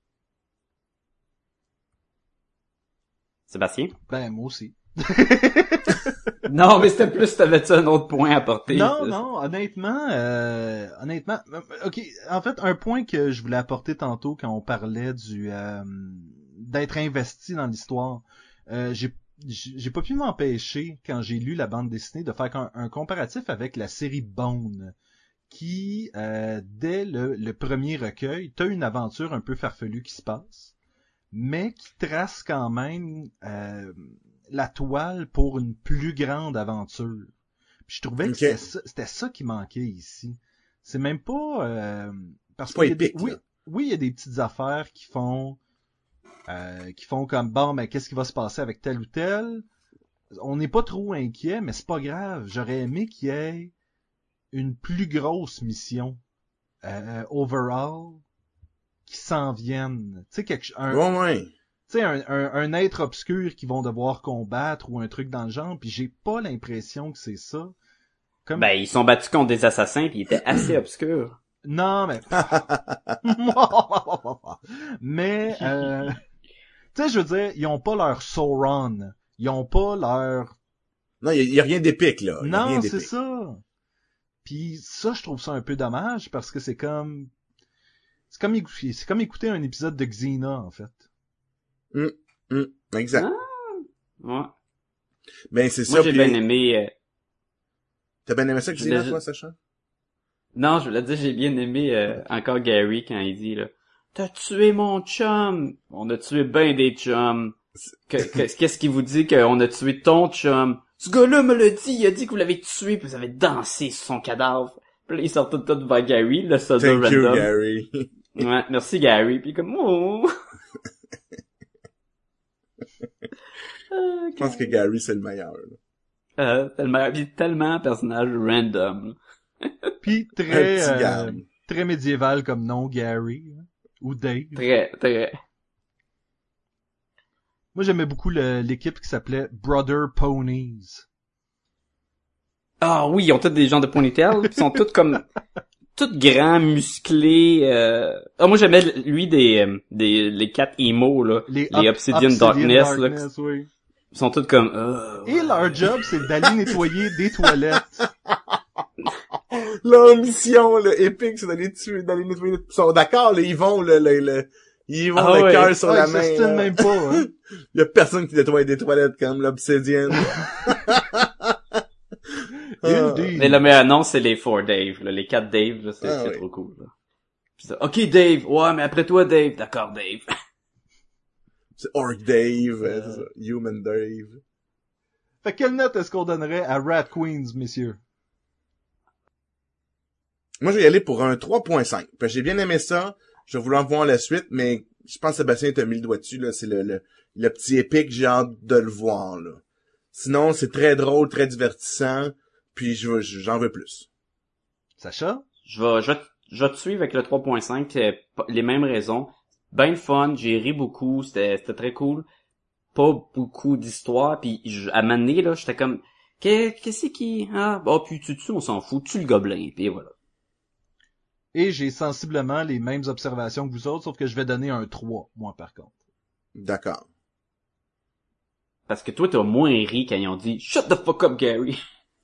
Sébastien? Ben, moi aussi. Non, mais c'était plus, t'avais-tu un autre point à apporter? Non, non, honnêtement, euh, honnêtement, euh, ok, en fait, un point que je voulais apporter tantôt quand on parlait du euh, d'être investi dans l'histoire, euh, j'ai j'ai pas pu m'empêcher quand j'ai lu la bande dessinée de faire un, un comparatif avec la série Bone, qui euh, dès le, le premier recueil, t'as une aventure un peu farfelue qui se passe, mais qui trace quand même euh, la toile pour une plus grande aventure. Puis je trouvais que Ok. c'était ça, c'était ça qui manquait ici. C'est même pas euh, parce C'est pas qu'il y a des, épique, oui, là. oui, il y a des petites affaires qui font euh, qui font comme bon, mais qu'est-ce qui va se passer avec tel ou tel. On n'est pas trop inquiet, mais c'est pas grave. J'aurais aimé qu'il y ait une plus grosse mission euh, overall qui s'en vienne. Tu sais quelque un, Ouais, ouais. tu sais, un, un, un être obscur qu'ils vont devoir combattre ou un truc dans le genre, puis j'ai pas l'impression que c'est ça. Comme... Ben, ils sont battus contre des assassins pis ils étaient assez obscurs. Non, mais... mais, euh... tu sais, je veux dire, ils ont pas leur Sauron. Ils ont pas leur... Non, il y, y a rien d'épique, là. Y a Non, rien c'est d'épique. ça. Puis ça, je trouve ça un peu dommage, parce que c'est comme... C'est comme écouter, c'est comme écouter un épisode de Xena, en fait. Hum, hum, exact. Ah, ouais. Ben, c'est ça. Moi, j'ai puis- bien aimé... euh, T'as bien aimé ça que Je j'ai là, l'ai- toi, Sacha? Non, je voulais dire, j'ai bien aimé euh, encore Gary quand il dit, là, « T'as tué mon chum! » On a tué ben des chums. Que- que- Qu'est-ce qui vous dit qu'on a tué ton chum? Ce gars-là me l'a dit, il a dit que vous l'avez tué, puis vous avez dansé sur son cadavre. Puis là, ils sortent tout, tout vers Gary, le soldat Thank you, random. Gary. Ouais, merci Gary, puis comme, oh! Je pense que Gary, c'est le meilleur. là. Euh, tellement, puis tellement un personnage random. Puis Un très, petit euh, gars. très médiéval comme nom, Gary. hein. Ou Dave. Très, très... Moi, j'aimais beaucoup le- l'équipe qui s'appelait Brother Ponies. Ah oui, ils ont tous des gens de ponytail, ils sont tous comme... tous grands, musclés. Euh... Ah, moi, j'aimais lui des, euh, des les quatre emo, là. Les, Ob- Obsidian, Darkness, là. Darkness, oui. Ils sont tous comme... euh, Et leur job, c'est d'aller nettoyer des toilettes. Leur mission, là, épique, c'est d'aller tuer, d'aller nettoyer. Ils sont d'accord, là, ils vont, le, le, le- ils vont Ah le ouais. cœur sur Ouais, la ils main. s'ostinent là. même pas, hein. Il y a personne qui nettoie des toilettes comme l'Obsidian. Indeed. Mais le meilleur nom, c'est les four Dave, là. Les quatre Dave, là, c'est Ah c'est oui. trop cool, là. Puis ça, ok, Dave. Ouais, mais après toi, Dave. D'accord, Dave. C'est Orc Dave, euh, c'est ça. Human Dave. Fait quelle note est-ce qu'on donnerait à Rat Queens, messieurs? Moi, je vais y aller pour un trois point cinq. Parce que j'ai bien aimé ça. Je vais vouloir voir la suite, mais je pense que Sébastien t'a mis le doigt dessus, là. C'est le, le, le petit épique, j'ai hâte de le voir, là. Sinon, c'est très drôle, très divertissant, puis je veux, j'en veux plus. Sacha? Je vais, je vais, te- je vais te suivre avec le trois point cinq, euh, p- les mêmes raisons. Ben le fun, j'ai ri beaucoup, c'était, c'était très cool. Pas beaucoup d'histoire, puis je- à un moment donné, là, j'étais comme, Qu'est- qu'est-ce qui, ah, bah, puis tu tues, on s'en fout, tu le gobelin, puis voilà. Et j'ai sensiblement les mêmes observations que vous autres, sauf que je vais donner un trois, moi, par contre. D'accord. Parce que toi, t'as moins ri quand ils ont dit, shut the fuck up, Gary.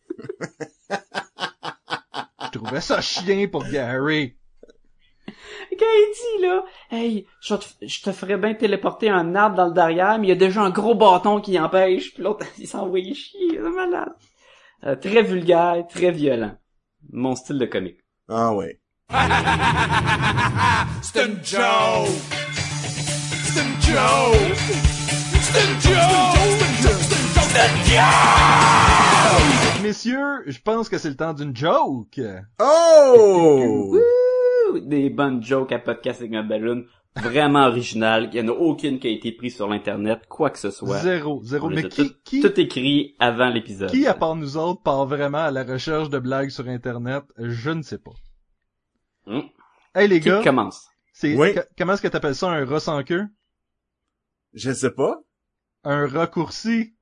Je trouvais ça chien pour Gary. Quand il dit, là, hey, je te, je te ferais bien téléporter un arbre dans le derrière, mais il y a déjà un gros bâton qui empêche, puis l'autre, il s'envoie chier, c'est malade. Euh, très vulgaire, très violent. Mon style de comique. Ah ouais. C'est une joke! C'est une joke! C'est une joke! C'est une joke! Messieurs, je pense que c'est le temps d'une joke. Oh! Wouh! Des bonnes jokes à podcast avec un ballon. Vraiment original. Il y en a aucune qui a été prise sur l'internet, quoi que ce soit. Zéro, zéro. On les Mais a qui, tout, qui, tout écrit avant l'épisode. qui, à part nous autres, part vraiment à la recherche de blagues sur internet? Je ne sais pas. Hum. Hey, les Qui gars, commence? c'est, Oui. que- comment est-ce que t'appelles ça, un rat sans queue? Je sais pas. Un raccourci?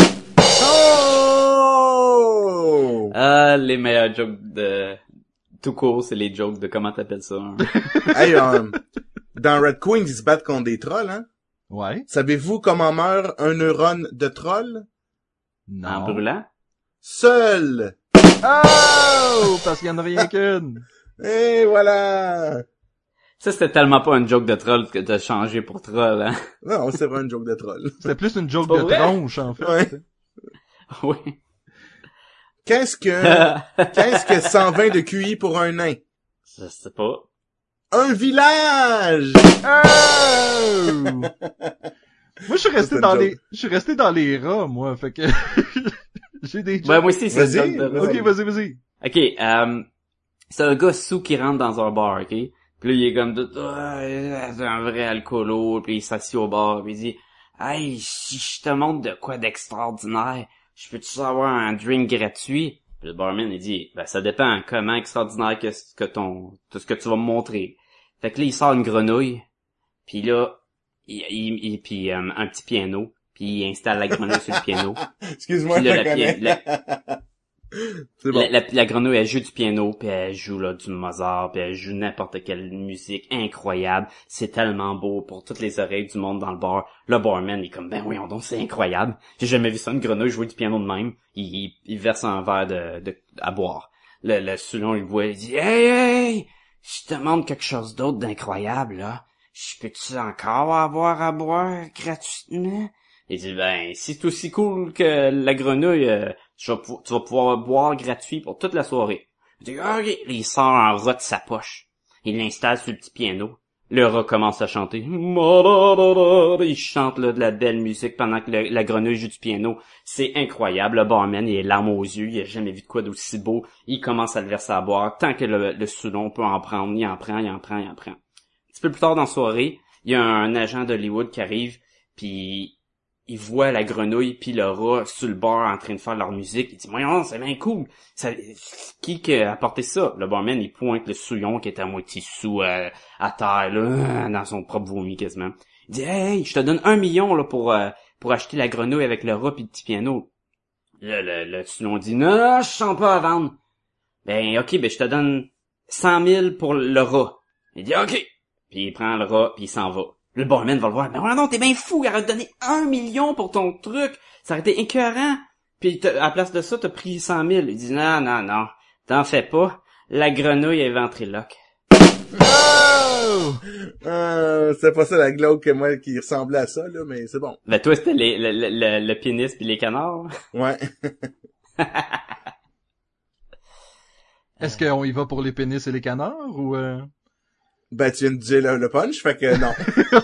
Oh! Ah, les meilleurs jokes de... Tout court, c'est les jokes de comment t'appelles ça. Hein? Hey, euh, dans Red Queens, ils se battent contre des trolls, hein? Ouais. Savez-vous comment meurt un neurone de troll? Non. En brûlant? Seul! Oh! Parce qu'il y en a rien qu'une. Et voilà! Ça, c'était tellement pas une joke de troll que t'as changé pour troll, hein? Non, c'est vraiment une joke de troll. C'était plus une joke C'est de pas vrai? tronche, en fait. Ouais. Oui. Qu'est-ce que, qu'est-ce que cent vingt de Q I pour un nain? Je sais pas. Un village! Oh! Moi, je suis resté C'est une dans joke. les, je suis resté dans les rats, moi, fait que, j'ai des jokes. Ouais, moi aussi, c'est Vas-y, une joke de... Ok, vas-y, vas-y. Ok, euh, c'est un gars sous qui rentre dans un bar, ok? Puis là, il est comme tout, ah, c'est un vrai alcoolo, puis il s'assied au bar, puis il dit, hey, si je te montre de quoi d'extraordinaire, je peux-tu avoir un drink gratuit? Puis le barman, il dit, ben, ça dépend comment extraordinaire que, que ton, tout ce que tu vas me montrer. Fait que là, il sort une grenouille, puis là, il, il, il puis euh, un petit piano, puis il installe la grenouille sur le piano. Excuse-moi, Puis je là, la la connais. pi- la- C'est bon. La, la, la grenouille, elle joue du piano, puis elle joue là du Mozart, puis elle joue n'importe quelle musique incroyable. C'est tellement beau pour toutes les oreilles du monde dans le bar. Le barman, il est comme, ben oui, on donc c'est incroyable. J'ai jamais vu ça, une grenouille jouer du piano de même. Il, il, il verse un verre de, de à boire. Le, le Sulon, il le voit, il dit, hey, hey, je te demande quelque chose d'autre d'incroyable, là. Je peux-tu encore avoir à boire gratuitement? Il dit, ben, si c'est aussi cool que la grenouille, euh, tu, vas pou- tu vas pouvoir boire gratuit pour toute la soirée. Il dit, ok. Il sort un rat de sa poche. Il l'installe sur le petit piano. Le rat commence à chanter. Il chante là, de la belle musique pendant que le- la grenouille joue du piano. C'est incroyable. Le barman, il a larmes aux yeux. Il a jamais vu de quoi d'aussi beau. Il commence à le verser à boire. Tant que le, le Soulon peut en prendre, il en prend, il en prend, il en prend. Un petit peu plus tard dans la soirée, il y a un agent d'Hollywood qui arrive, puis il voit la grenouille puis le rat sur le bar en train de faire leur musique. Il dit, voyons, c'est bien cool. Ça, qui qui a apporté ça? Le barman, il pointe le Souillon qui est à moitié sous euh, à terre, là, dans son propre vomi quasiment. Il dit, hey, je te donne un million là pour euh, pour acheter la grenouille avec le rat puis le petit piano. Là, le, le Souillon dit, non, non, je sens pas à vendre. Ben, ok, ben je te donne cent mille pour le rat. Il dit, ok. Puis il prend le rat puis il s'en va. Le barman va le voir. Mais voilà, non, t'es bien fou, il aurait donné un million pour ton truc. Ça aurait été écœurant. Puis à la place de ça, t'as pris cent mille. Il dit, non, non, non, t'en fais pas. La grenouille est ventriloque. Oh! Euh, c'est pas ça la glauque que moi qui ressemblait à ça, là, mais c'est bon. Ben toi, c'était les, le, le, le, le pénis puis les canards. Ouais. Est-ce qu'on y va pour les pénis et les canards, ou... Euh... Ben, tu viens de dire le, le punch, fait que non.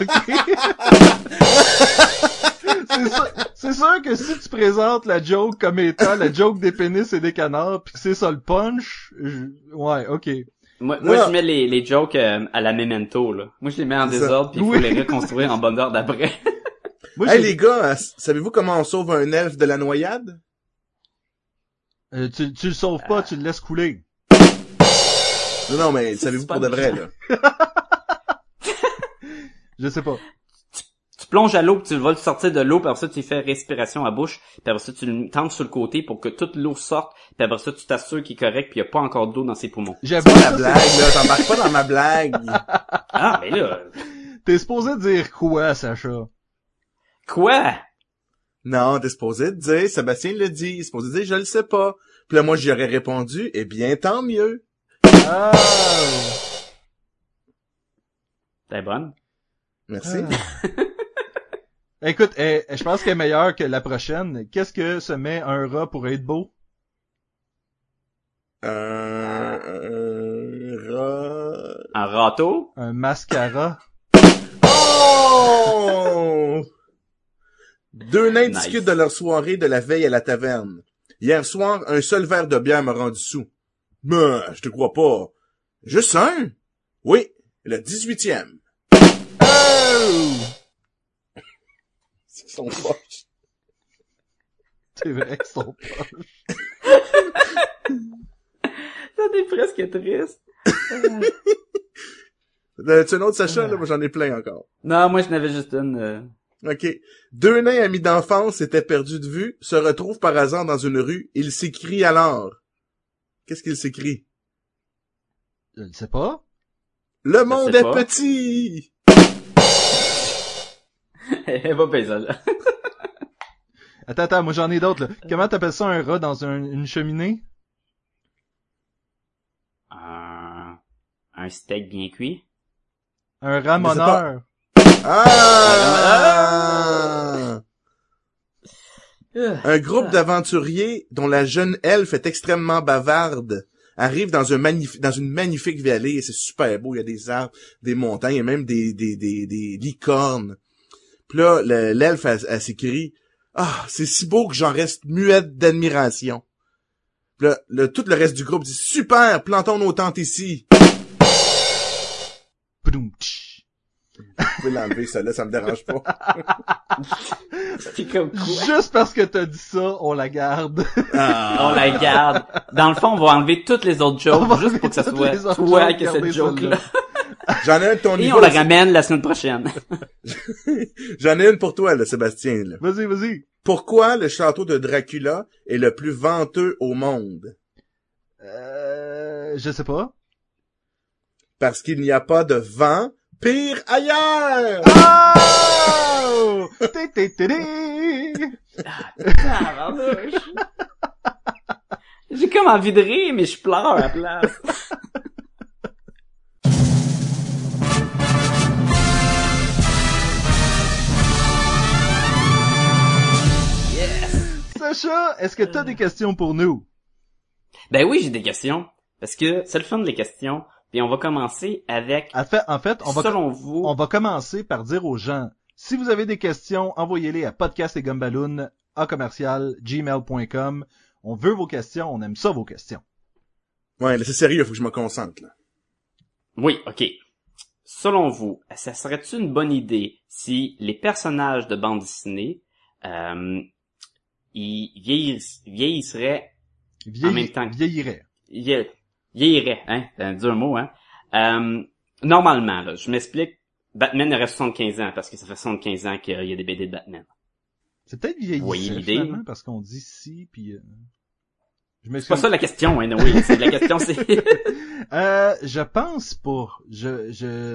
c'est, sûr, c'est sûr que si tu présentes la joke comme étant la joke des pénis et des canards, pis que c'est ça le punch, je... ouais, ok. Moi, moi je mets les, les jokes euh, à la Memento, là. Moi, je les mets en C'est désordre, puis il faut Oui. les reconstruire en bonne heure d'après. Moi, Hey j'ai- les gars, euh, savez-vous comment on sauve un elfe de la noyade? Euh, tu, tu le sauves pas, tu le laisses couler. Non, non, mais C'est savez-vous pas pour de vrai, bien. là? Je sais pas. Tu plonges à l'eau, puis tu vas le sortir de l'eau, puis après ça, tu fais respiration à bouche, puis après ça, tu le tentes sur le côté pour que toute l'eau sorte, puis après ça, tu t'assures qu'il est correct, puis il n'y a pas encore d'eau dans ses poumons. J'avoue, C'est pas ça, la blague, là, t'embarques pas dans ma blague. Ah, mais là, c'est- T'es supposé dire quoi, Sacha? quoi? Non, t'es supposé te dire, Sébastien le dit, il est supposé dire, je le sais pas. Puis là, moi, j'y aurais répondu, eh bien, tant mieux. Ah! T'es bonne? Merci. Écoute, eh, je pense qu'elle est meilleure que la prochaine. Qu'est-ce que se met un rat pour être beau? Un, un rat... Un râteau? Un mascara. Oh! Deux nains Nice. discutent de leur soirée de la veille à la taverne. Hier soir, un seul verre de bière m'a rendu sous. Mais, je te crois pas. Juste un? Oui, le dix-huitième. Oh! C'est son poche. C'est vrai que son poche. Ça t'es presque triste. Euh, tu as un autre Sacha, là? Moi, j'en ai plein encore. Non, moi, je n'avais juste une... euh, OK. Deux nains amis d'enfance étaient perdus de vue, se retrouvent par hasard dans une rue. Ils s'écrient alors. Qu'est-ce qu'ils s'écrient? Je ne sais pas. Le monde sais est pas. petit! Elle va payer ça, là. Attends, attends, moi j'en ai d'autres, là. Comment t'appelles ça un rat dans un- une cheminée? Un... Un steak bien cuit? Un ramoneur. Ah! Un groupe d'aventuriers dont la jeune elfe est extrêmement bavarde arrive dans un magnif- dans une magnifique vallée et c'est super beau. Il y a des arbres, des montagnes et même des, des, des, des licornes. Puis là, le- l'elfe, elle, elle s'écrie « Ah, c'est si beau que j'en reste muette d'admiration. » Puis là, le, tout le reste du groupe dit « Super, plantons nos tentes ici. » Pdoum, tch. Vous pouvez l'enlever, ça là, ça me dérange pas. C'est comme quoi? Juste parce que t'as dit ça, on la garde. Ah. On la garde. Dans le fond, on va enlever toutes les autres On va jokes, juste pour que ça toutes soit les autres toi jokes, qui a garder cette joke-là. J'en ai un de ton Et niveau. on la ramène la semaine prochaine. J'en ai une pour toi, là, Sébastien, là. Vas-y, vas-y. Pourquoi le château de Dracula est le plus venteux au monde? Euh, je sais pas. Parce qu'il n'y a pas de vent pire ailleurs! Oh! Té, té, té, té. Tabarnouche. J'ai comme envie de rire, mais je pleure à la place. Sacha, est-ce que t'as des questions pour nous? Ben oui, j'ai des questions. Parce que c'est le fun des questions. Puis on va commencer avec... En fait, en fait, on va, selon vous... on va commencer par dire aux gens, si vous avez des questions, envoyez-les à podcast et gumballoon à commercial gmail point com. On veut vos questions, on aime ça vos questions. Ouais, là, c'est sérieux, faut que je me concentre, là. Oui, ok. Selon vous, ça serait-tu une bonne idée si les personnages de bande dessinée, euh, ils vieilliss- vieillisseraient Vieilli- en même temps que... Vieillirait. Vie- vieilliraient, hein? C'est un dur mot, hein? Euh, normalement, là, je m'explique, Batman aurait soixante-quinze ans, parce que ça fait soixante-quinze ans qu'il y a des B D de Batman. C'est peut-être vieillissant, voyez l'idée? finalement, parce qu'on dit si, puis... Euh... Je C'est pas ça la question, hein, oui. C'est la question, c'est... euh, je pense pas. Je, je...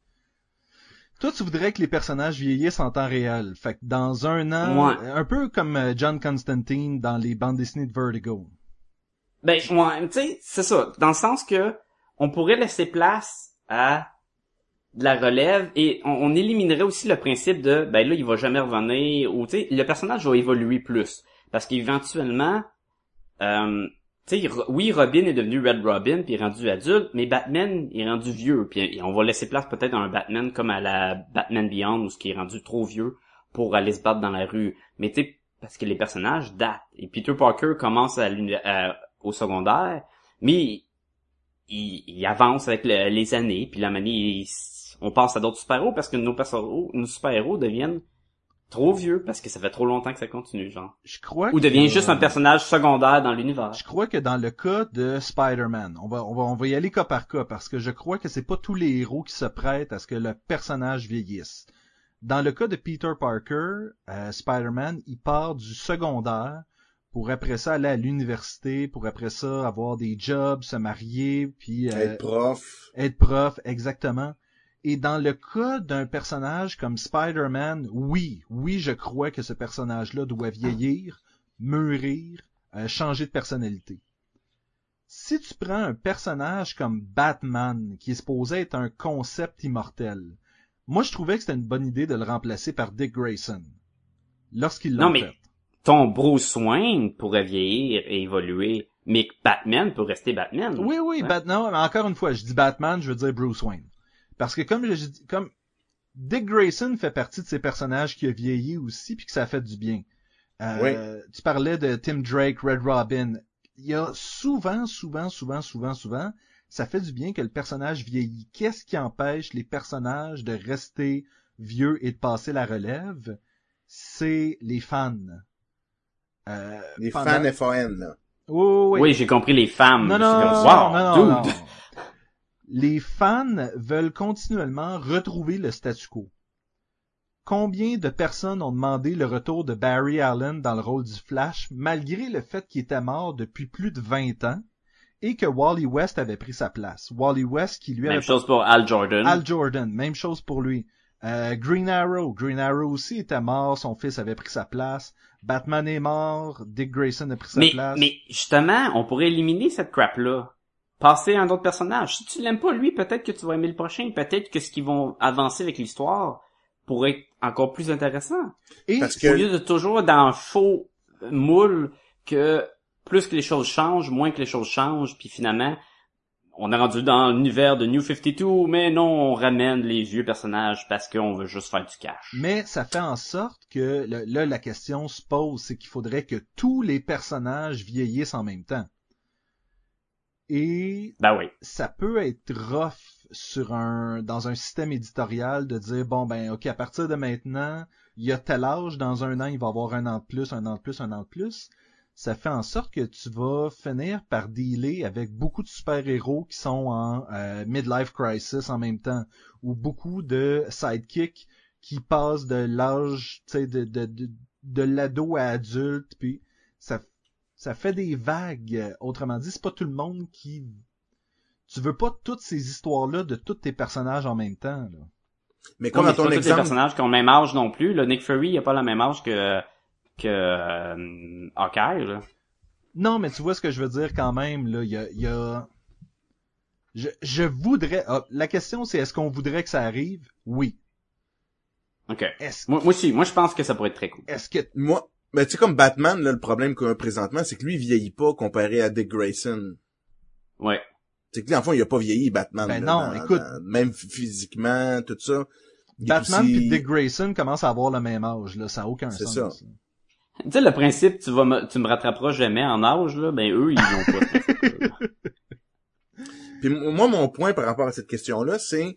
Toi, tu voudrais que les personnages vieillissent en temps réel. Fait que dans un an, Ouais. un peu comme euh, John Constantine dans les bandes dessinées de Vertigo. Ben, ouais, tu sais, c'est ça. Dans le sens que on pourrait laisser place à de la relève et on, on éliminerait aussi le principe de, ben là, il va jamais revenir, ou tu sais, le personnage va évoluer plus. Parce qu'éventuellement, euh, tu sais, oui, Robin est devenu Red Robin, puis il est rendu adulte, mais Batman est rendu vieux, puis on va laisser place peut-être à un Batman comme à la Batman Beyond, où ce qui est rendu trop vieux pour aller se battre dans la rue. Mais tu sais, parce que les personnages datent. Et Peter Parker commence à l'uni- à- au secondaire, mais il, il avance avec le- les années, puis la manie, on passe à d'autres super-héros parce que nos, perso- nos super-héros deviennent trop vieux parce que ça fait trop longtemps que ça continue, genre. Je crois Ou devient que, juste un personnage secondaire dans l'univers. Je crois que dans le cas de Spider-Man, on va, on va, on va y aller cas par cas parce que je crois que c'est pas tous les héros qui se prêtent à ce que le personnage vieillisse. Dans le cas de Peter Parker, euh, Spider-Man, il part du secondaire pour après ça aller à l'université, pour après ça avoir des jobs, se marier, puis euh, Être prof. être prof, exactement. Et dans le cas d'un personnage comme Spider-Man, oui, oui, je crois que ce personnage-là doit vieillir, mûrir, euh, changer de personnalité. Si tu prends un personnage comme Batman, qui est supposé être un concept immortel, moi je trouvais que c'était une bonne idée de le remplacer par Dick Grayson. Lorsqu'il l'a Non, mais fait. ton Bruce Wayne pourrait vieillir et évoluer, mais Batman peut rester Batman. Oui, oui, Ouais. Bat- non, mais encore une fois, je dis Batman, je veux dire Bruce Wayne. Parce que comme je dis, comme Dick Grayson fait partie de ces personnages qui a vieilli aussi puis que ça a fait du bien. Euh, tu parlais de Tim Drake, Red Robin. Il y a souvent, souvent, souvent, souvent, souvent, ça fait du bien que le personnage vieillit. Qu'est-ce qui empêche les personnages de rester vieux et de passer la relève? C'est les fans. Euh, Les pendant- fans F A N, là. Oh, oui. Oui, j'ai compris les femmes. Non, Je non, suis non, comme, wow, non, non, dude. non. Les fans veulent continuellement retrouver le statu quo. Combien de personnes ont demandé le retour de Barry Allen dans le rôle du Flash, malgré le fait qu'il était mort depuis plus de vingt ans, et que Wally West avait pris sa place. Wally West qui lui Même avait... chose pour Al Jordan. Al Jordan, même chose pour lui. Euh, Green Arrow, Green Arrow aussi était mort, son fils avait pris sa place. Batman est mort, Dick Grayson a pris sa mais, place. mais justement, on pourrait éliminer cette crap-là. Passer à un autre personnage. Si tu l'aimes pas, lui, peut-être que tu vas aimer le prochain. Peut-être que ce qu'ils vont avancer avec l'histoire pourrait être encore plus intéressant. Et Parce Au que lieu de toujours dans le faux moule que plus que les choses changent, moins que les choses changent, puis finalement, on est rendu dans l'univers de New cinquante-deux, mais non, on ramène les vieux personnages parce qu'on veut juste faire du cash. Mais ça fait en sorte que le- là, la question se pose, c'est qu'il faudrait que tous les personnages vieillissent en même temps. Et Ben oui. ça peut être rough sur un dans un système éditorial de dire bon ben ok, à partir de maintenant, il y a tel âge, dans un an il va avoir un an de plus, un an de plus, un an de plus. Ça fait en sorte que tu vas finir par dealer avec beaucoup de super-héros qui sont en euh, midlife crisis en même temps, ou beaucoup de sidekicks qui passent de l'âge, tu sais, de, de, de de l'ado à adulte, puis ça, ça fait des vagues. Autrement dit, c'est pas tout le monde qui... Tu veux pas toutes ces histoires-là de tous tes personnages en même temps, là. Mais comme non, dans mais ton c'est pas exemple... tous les personnages qui ont le même âge non plus. Là, Nick Fury, il a pas le même âge que, que, euh, Hawkeye, là. Non, mais tu vois ce que je veux dire quand même, là. Il y a, il y a... Je, je voudrais... Ah, la question, c'est est-ce qu'on voudrait que ça arrive? Oui. OK. Est-ce... Moi, moi aussi, moi, je pense que ça pourrait être très cool. Est-ce que... Moi, ben, tu sais, comme Batman, là, le problème qu'on a présentement, c'est que lui, il vieillit pas comparé à Dick Grayson. Ouais. C'est que lui, en fond, il a pas vieilli, Batman. Ben là, non, dans- écoute. dans- même physiquement, tout ça. Il est Batman aussi- pis Dick Grayson commencent à avoir le même âge, là. Ça a aucun C'est sens. ça. là. Tu sais, le principe, tu vas me, tu me rattraperas jamais en âge, là, ben, eux, ils l'ont pas. ce principe-là. Puis moi, mon point par rapport à cette question-là, c'est...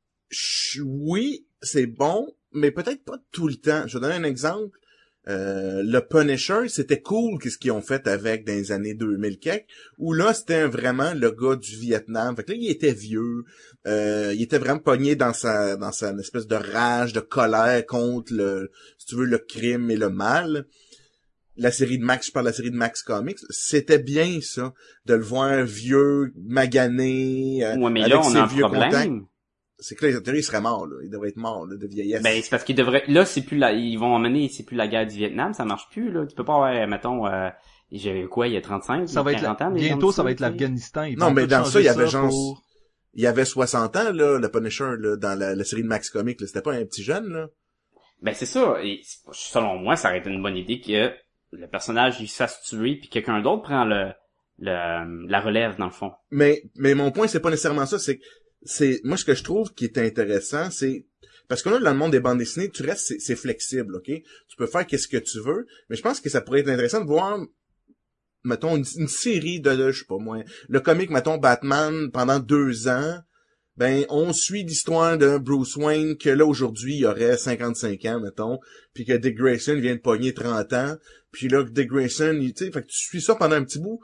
ch- Oui, c'est bon, mais peut-être pas tout le temps. Je vais donner un exemple. Euh, le Punisher, c'était cool qu'est-ce qu'ils ont fait avec dans les années deux mille quelques, où là, c'était vraiment le gars du Vietnam. Fait que là, il était vieux. Euh, il était vraiment pogné dans sa dans sa une espèce de rage, de colère contre le, si tu veux, le crime et le mal. La série de Max, je parle de la série de Max Comics, c'était bien ça, de le voir vieux, magané, euh, Ouais, mais avec là, on ses a un vieux contacts. problème. C'est que là, en théorie, il serait mort, là. Il devrait être mort, là, de vieillesse. Ben, c'est parce qu'ils devraient, là, c'est plus la, ils vont emmener, c'est plus la guerre du Vietnam, ça marche plus, là. Tu peux pas avoir, mettons, euh, j'avais quoi, il y a trente-cinq, Ça va être quarante la- ans, des bientôt, gens ça va de être l'Afghanistan. Ils Non, vont mais tout dans ça, changer il y avait genre- pour- Il avait soixante ans, là, le Punisher, là, dans la, la série de Max Comics, là. C'était pas un petit jeune, là. Ben, c'est ça. Et selon moi, ça aurait été une bonne idée que le personnage, il se fasse tuer puis quelqu'un d'autre prend le, le, la relève, dans le fond. Mais, mais mon point, c'est pas nécessairement ça, c'est que, c'est, moi, ce que je trouve qui est intéressant, c'est, parce que là, dans le monde des bandes dessinées, tu restes, c'est, c'est flexible, ok? Tu peux faire qu'est-ce que tu veux, mais je pense que ça pourrait être intéressant de voir, mettons, une, une série de, de, je sais pas moi, le comic, mettons, Batman, pendant deux ans, ben, on suit l'histoire de Bruce Wayne, que là, aujourd'hui, il aurait cinquante-cinq ans, mettons, puis que Dick Grayson vient de pogner trente ans, puis là, Dick Grayson, il, tu sais, fait que tu suis ça pendant un petit bout,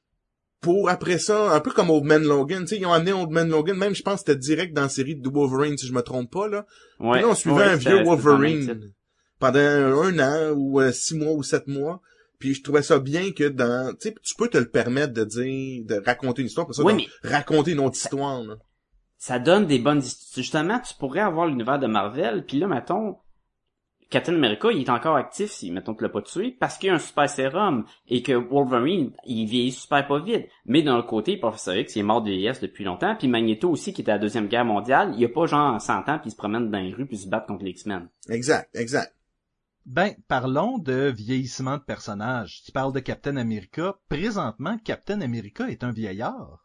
pour après ça, un peu comme Old Man Logan, tu sais, ils ont amené Old Man Logan, même je pense que c'était direct dans la série de Wolverine, si je me trompe pas, là. Ouais. Puis là, on suivait Ouais, un c'était- vieux c'était Wolverine pas mal, pendant un an, ou euh, six mois, ou sept mois, puis je trouvais ça bien que dans, tu sais, tu peux te le permettre de dire, de raconter une histoire, pour ça, Oui, donc, mais- raconter une autre histoire, là. Ça donne des bonnes histoires. Justement, tu pourrais avoir l'univers de Marvel, puis là, mettons, Captain America, il est encore actif si, mettons, tu l'as pas tué, parce qu'il y a un super sérum, et que Wolverine, il vieillit super pas vite. Mais d'un autre côté, Professeur X, il est mort de vieillesse depuis longtemps, puis Magneto aussi, qui était à la Deuxième Guerre mondiale, il a pas genre cent ans, puis il se promène dans les rues, puis il se bat contre les X-Men. Exact, exact. Ben, parlons de vieillissement de personnages. Tu parles de Captain America. Présentement, Captain America est un vieillard.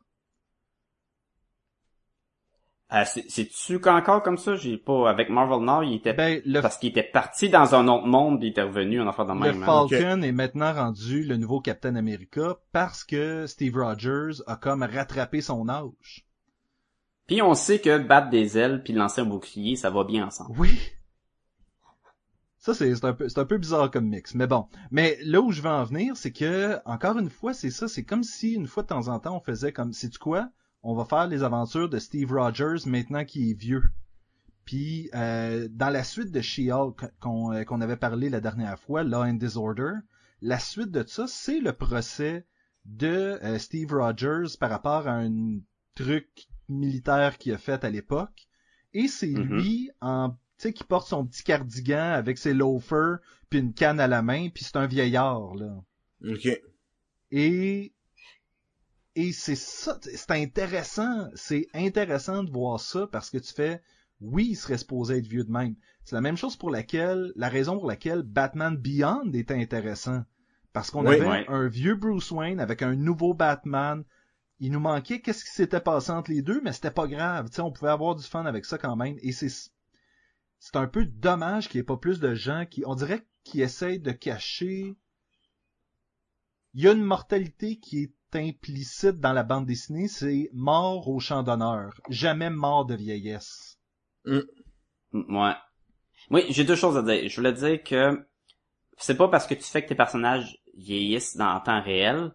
Euh, c'est, c'est-tu qu'encore comme ça? J'ai pas, avec Marvel Now, il était, Ben, le, parce qu'il était parti dans un autre monde, puis il était revenu, en affaire de le même. hein. Falcon est maintenant rendu le nouveau Captain America parce que Steve Rogers a comme rattrapé son âge. Puis on sait que battre des ailes puis lancer un bouclier, ça va bien ensemble. Oui. Ça, c'est, c'est un peu, c'est un peu bizarre comme mix. Mais bon. Mais là où je veux en venir, c'est que, encore une fois, c'est ça. C'est comme si, une fois de temps en temps, on faisait comme, sais-tu quoi? On va faire les aventures de Steve Rogers maintenant qu'il est vieux. Puis, euh, dans la suite de She-Hulk qu'on, euh, qu'on avait parlé la dernière fois, Law and Disorder, la suite de ça, c'est le procès de euh, Steve Rogers par rapport à un truc militaire qu'il a fait à l'époque. Et c'est Mm-hmm. lui, en, tu sais, qui porte son petit cardigan avec ses loafers puis une canne à la main, puis c'est un vieillard, là. OK. Et et c'est ça, c'est intéressant, c'est intéressant de voir ça parce que tu fais, oui, il serait supposé être vieux de même. C'est la même chose pour laquelle, la raison pour laquelle Batman Beyond était intéressant. Parce qu'on Oui, avait ouais. un vieux Bruce Wayne avec un nouveau Batman. Il nous manquait qu'est-ce qui s'était passé entre les deux, mais c'était pas grave. Tu sais, on pouvait avoir du fun avec ça quand même. Et c'est, c'est un peu dommage qu'il n'y ait pas plus de gens qui, on dirait, qui essayent de cacher. Il y a une mortalité qui est implicite dans la bande dessinée, c'est mort au champ d'honneur, jamais mort de vieillesse. Mm, Ouais. Oui, j'ai deux choses à dire. Je voulais dire que c'est pas parce que tu fais que tes personnages vieillissent dans le temps réel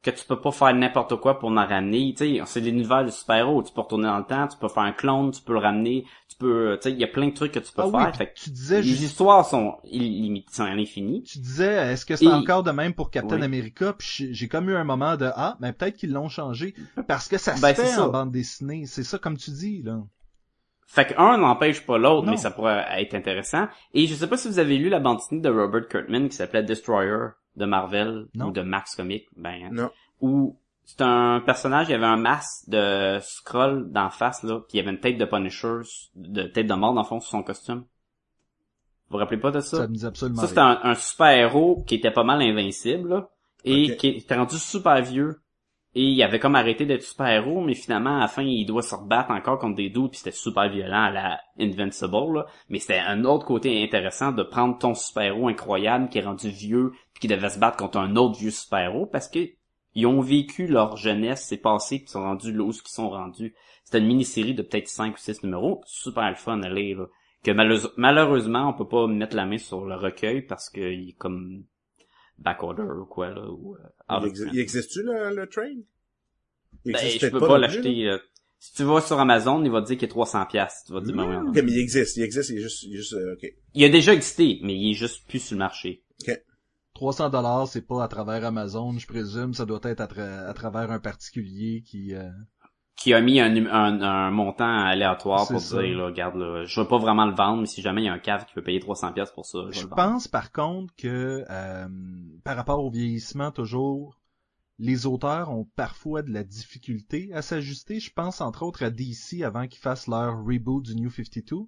que tu peux pas faire n'importe quoi pour en ramener. Tu sais, c'est l'univers de super-héros. Tu peux retourner dans le temps, tu peux faire un clone, tu peux le ramener, tu peux, tu sais, il y a plein de trucs que tu peux Ah faire. oui, Fait que tu disais les juste... histoires sont illimitées, sont infinies. Tu disais, est-ce que c'est Et... encore de même pour Captain oui. America? Puis j'ai- j'ai comme eu un moment de, ah, mais peut-être qu'ils l'ont changé. Parce que ça se Ben, fait c'est ça. en bande dessinée. C'est ça, comme tu dis, là. Fait que un n'empêche pas l'autre, Non. mais ça pourrait être intéressant. Et je sais pas si vous avez lu la bande dessinée de Robert Kirkman qui s'appelait Destroyer de Marvel Non. ou de Max Comics, ben, Non. où c'est un personnage, il y avait un masque de Skrull d'en face, là, puis il y avait une tête de Punisher, de tête de mort, dans le fond, sur son costume. Vous vous rappelez pas de ça? Ça me dit absolument Ça, c'était rien. un, un super-héros qui était pas mal invincible, là, et Ok. qui était rendu super vieux. Et il avait comme arrêté d'être super-héros, mais finalement, à la fin, il doit se rebattre encore contre des dudes, puis c'était super violent à la Invincible, là. Mais c'était un autre côté intéressant de prendre ton super-héros incroyable qui est rendu vieux, puis qui devait se battre contre un autre vieux super-héros, parce que ils ont vécu leur jeunesse, c'est passé, puis ils sont rendus là où ils sont rendus. C'était une mini-série de peut-être cinq ou six numéros, super le fun à lire, là. Que malheuse- malheureusement, on peut pas mettre la main sur le recueil, parce que il est comme backorder ou quoi, là, ou, euh, out Il, of exi- print. il existe-tu, le, le train? Il Ben, existe je peut-être peux pas pas, non plus, l'acheter. là. Si tu vas sur Amazon, il va te dire qu'il est trois cents piastres. Tu vas te dire, ben oui, on- Ok, mais il existe, il existe, il est juste, il est juste, euh, ok. il a déjà existé, mais il est juste plus sur le marché. trois cents dollars, c'est pas à travers Amazon, je présume. Ça doit être à, tra- à travers un particulier qui... euh, Qui a mis un, num- un, un montant aléatoire C'est pour ça. dire, là, regarde, là, je veux pas vraiment le vendre, mais si jamais il y a un cave qui peut payer trois cents piastres pour ça, je vais Je le vendre. pense par contre que euh, par rapport au vieillissement toujours, les auteurs ont parfois de la difficulté à s'ajuster. Je pense entre autres à D C avant qu'ils fassent leur reboot du New cinquante-deux.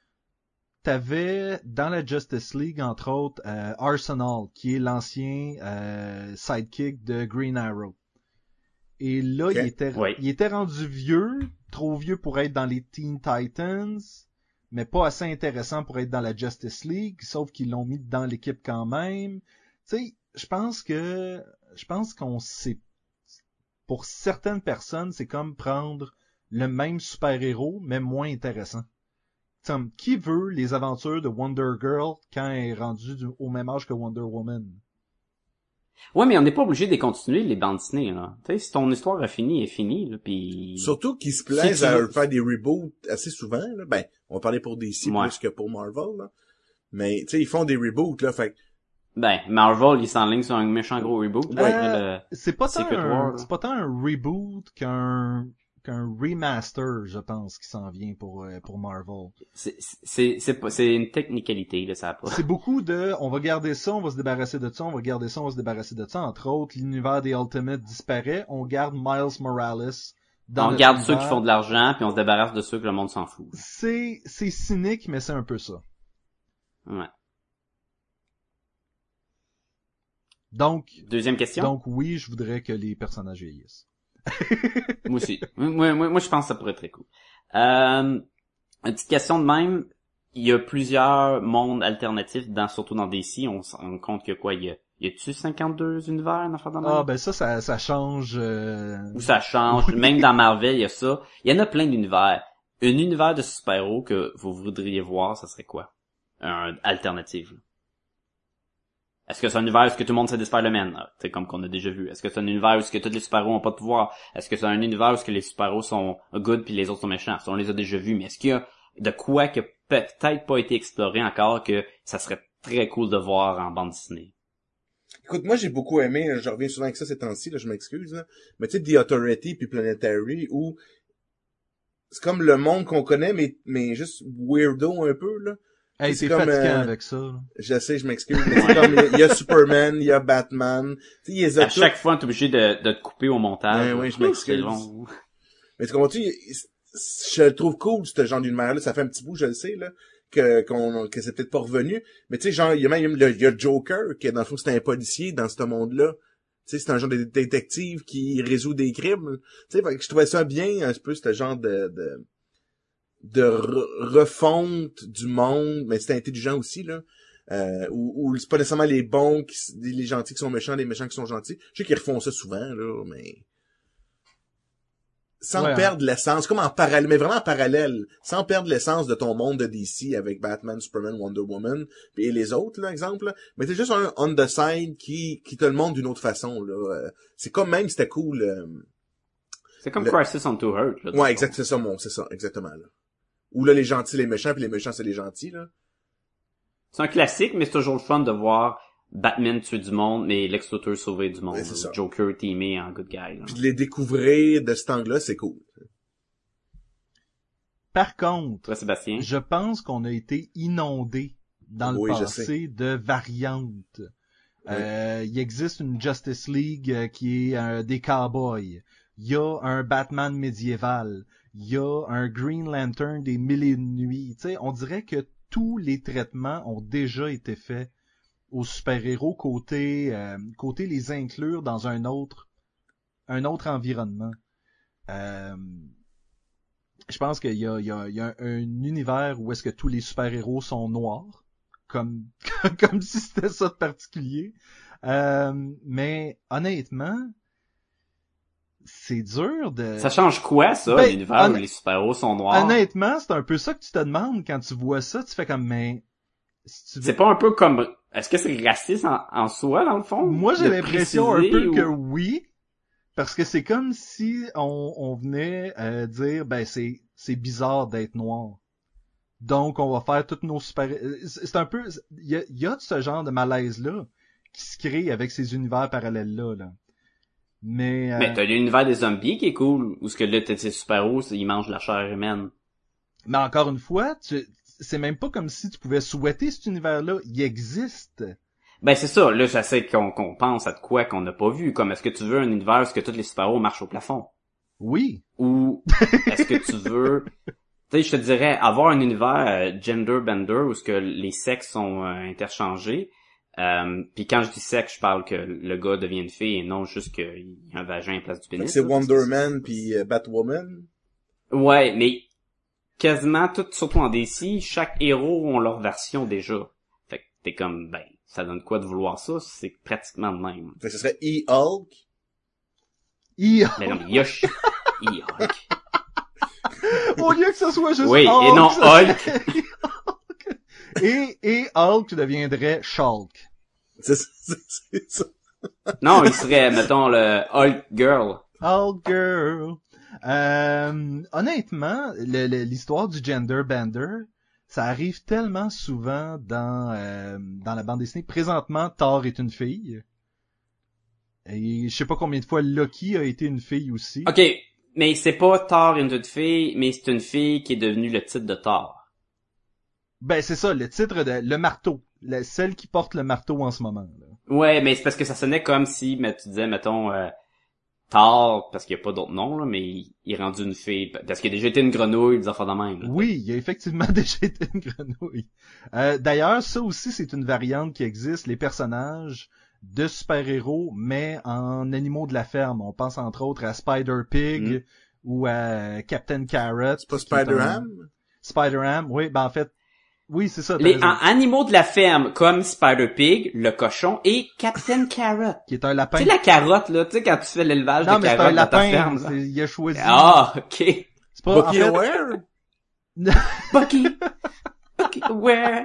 T'avais dans la Justice League entre autres euh, Arsenal qui est l'ancien euh, sidekick de Green Arrow. Et là, Ok. il était Oui. il était rendu vieux, trop vieux pour être dans les Teen Titans, mais pas assez intéressant pour être dans la Justice League, sauf qu'ils l'ont mis dans l'équipe quand même. Tu sais, je pense que je pense qu'on sait pour certaines personnes, c'est comme prendre le même super-héros mais moins intéressant. Comme, qui veut les aventures de Wonder Girl quand elle est rendue du- au même âge que Wonder Woman? Ouais, mais on n'est pas obligé de les continuer, les bandes dessinées, là. Tu sais, si ton histoire a fini, elle est finie, là, pis... Surtout qu'ils se plaisent Si tu à veux- faire des reboots assez souvent, là. Ben, on va parler pour D C Ouais. plus que pour Marvel, là. Mais, tu sais, ils font des reboots, là, fait que Ben, Marvel, il s'enligne sur un méchant gros reboot, là. Euh, après le- C'est pas tant Secret un, War, là. c'est pas tant un reboot qu'un qu'un remaster, je pense, qui s'en vient pour euh, pour Marvel. C'est, c'est, c'est pas, c'est une technicalité, là, ça a pas. C'est beaucoup de, on va garder ça, on va se débarrasser de ça, on va garder ça, on va se débarrasser de ça. Entre autres, l'univers des Ultimates disparaît, on garde Miles Morales dans On notre garde ceux univers. qui font de l'argent, puis on se débarrasse de ceux que le monde s'en fout. C'est c'est cynique, mais c'est un peu ça. Ouais. Donc Deuxième question. donc oui, je voudrais que les personnages vieillissent. Moi aussi. Moi, moi, moi, je pense que ça pourrait être très cool. Euh, une petite question de même. Il y a plusieurs mondes alternatifs, dans, surtout dans D C. On se rend compte que quoi, il y a, y a-tu cinquante-deux univers, une affaire de même? Ah ben ça, ça, ça change. euh, Où ça change. Même dans Marvel, il y a ça. Il y en a plein d'univers. Un univers de super-héros que vous voudriez voir, ça serait quoi? Un alternative. là. Est-ce que c'est un univers où est-ce que tout le monde sait des Spider-Man? C'est comme qu'on a déjà vu. Est-ce que c'est un univers où est-ce que tous les super-héros ont pas de pouvoir? Est-ce que c'est un univers où est-ce que les super-héros sont good puis les autres sont méchants? Ça, on les a déjà vus. Mais est-ce qu'il y a de quoi qui a peut-être pas été exploré encore que ça serait très cool de voir en bande dessinée? écoute, moi, j'ai beaucoup aimé, je reviens souvent avec ça ces temps-ci, là, je m'excuse, là. Mais tu sais, The Authority puis Planetary, où c'est comme le monde qu'on connaît, mais, mais juste weirdo un peu, là. Hey, C'est t'es comme, fatigant euh, avec ça. là. Je sais, je m'excuse, mais c'est comme, il y a Superman, il y a Batman, tu sais, il les a À tous. chaque fois, t'es obligé de, de te couper au montage. Ouais, ouais, je Ouf, m'excuse. c'est long. Mais tu comprends-tu, je le trouve cool, ce genre d'univers-là, ça fait un petit bout, je le sais, là, que, qu'on, que c'est peut-être pas revenu, mais tu sais, genre, il y a même, le- il y a Joker, qui, dans le fond, c'est un policier dans ce monde-là. Tu sais, c'est un genre de détective qui résout des crimes. Tu sais, fait que je trouvais ça bien, un peu, ce genre de, de, de re- refonte du monde, mais c'est intelligent aussi, là. Euh, où, où c'est pas nécessairement les bons, qui, s- les gentils qui sont méchants, les méchants qui sont gentils. Je sais qu'ils refont ça souvent, là, mais... sans Ouais, perdre l'essence, comme en parallèle, mais vraiment en parallèle, sans perdre l'essence de ton monde de D C avec Batman, Superman, Wonder Woman, et les autres, là, exemple, là. Mais t'es juste un on the side qui, qui te le montre d'une autre façon, là. Euh, c'est comme même, c'était cool, euh, C'est comme le... Crisis on Two Earth, là. Ouais, exact, c'est ça, mon, c'est ça, exactement, là. Où là, les gentils, les méchants, puis les méchants, c'est les gentils, là. C'est un classique, mais c'est toujours le fun de voir Batman tuer du monde, mais Lex Luthor sauver du monde. Ouais, c'est ça. Joker teamé en good guy, là. Puis de les découvrir de cet angle-là, c'est cool. Par contre, Toi, Sébastien? je pense qu'on a été inondé dans le Oui, je passé de variantes. Oui. Euh, il existe une Justice League euh, qui est euh, des cowboys. Il y a un Batman médiéval. Il y a un Green Lantern des Mille et une nuits. Tu sais, on dirait que tous les traitements ont déjà été faits aux super-héros côté euh, côté les inclure dans un autre un autre environnement. Euh, je pense qu'il y a, il y a, il y a un, un univers où est-ce que tous les super-héros sont noirs, comme comme si c'était ça de particulier. Euh, mais honnêtement, c'est dur de... Ça change quoi, ça, Ben, l'univers hon- où les super-héros sont noirs? Honnêtement, c'est un peu ça que tu te demandes quand tu vois ça. Tu fais comme, mais... Si tu veux- C'est pas un peu comme... Est-ce que c'est raciste en, en soi, dans le fond? Moi, j'ai De l'impression un préciser peu ou- que oui, parce que c'est comme si on, on venait euh, dire, ben c'est c'est bizarre d'être noir. Donc, on va faire toutes nos super... C'est c'est un peu... Il y a, il y a ce genre de malaise-là qui se crée avec ces univers parallèles-là. Là. Mais... euh, Mais t'as l'univers des zombies qui est cool, où ce que là, t'as ces super-héros, ils mangent la chair humaine. mais encore une fois, tu... c'est même pas comme si tu pouvais souhaiter cet univers-là. Il existe. Ben c'est ça, là j'essaie qu'on qu'on pense à de quoi qu'on n'a pas vu, comme est-ce que tu veux un univers où est-ce que tous les super-héros marchent au plafond? Oui. Ou est-ce que tu veux... Tu sais, je te dirais, avoir un univers euh, gender bender où est-ce que les sexes sont euh, interchangés. Euh, puis quand je dis sexe, je parle que le gars devient une fille et non juste qu'il y a un vagin à place du Fait que pénis. c'est là. Wonder Man puis euh, Batwoman. Ouais, mais quasiment tout, surtout en D C, chaque héros ont leur version déjà. Fait que t'es comme, ben, ça donne quoi de vouloir ça? C'est pratiquement le même. Fait que ce serait E-Hulk. I- Mais non, mais Yosh, E-Hulk. Au lieu que ce soit juste Oui, Hulk, et non ça Hulk. serait Hulk. Et, et Hulk deviendrait Shulk. C'est c'est- c'est ça. Non, il serait, mettons, le Hulk Girl. Hulk Girl. Euh, honnêtement, le- le- l'histoire du gender bender, ça arrive tellement souvent dans euh, dans la bande dessinée. Présentement, Thor est une fille. Et je sais pas combien de fois Loki a été une fille aussi. Ok, mais c'est pas Thor une toute fille, mais c'est une fille qui est devenue le titre de Thor. Ben c'est ça, le titre de le marteau, la, celle qui porte le marteau en ce moment. Là. Ouais, mais c'est parce que ça sonnait comme si, mais tu disais, mettons, euh, Thor, parce qu'il y a pas d'autre nom, là, mais il, il est rendu une fille, parce qu'il a déjà été une grenouille, des affaires de même. Là. Oui, il y a effectivement déjà été une grenouille. Euh, d'ailleurs, ça aussi, c'est une variante qui existe. Les personnages de super-héros, mais en animaux de la ferme. On pense entre autres à Spider-Pig Mm. ou à Captain Carrot. C'est pas qui est un- Spider-Ham? Spider-Ham, oui, ben en fait, oui, c'est ça. t'as Les raison. en- animaux de la ferme, comme Spider-Pig, le cochon et Captain Carrot. Qui est un lapin. Tu sais la carotte, là, tu sais quand tu fais l'élevage Non, de mais c'est un carottes dans ta lapin. ferme. là. c'est- Il a choisi. Ah, ok. C'est pas, en Bucky fait, Aware? Bucky. Bucky, where?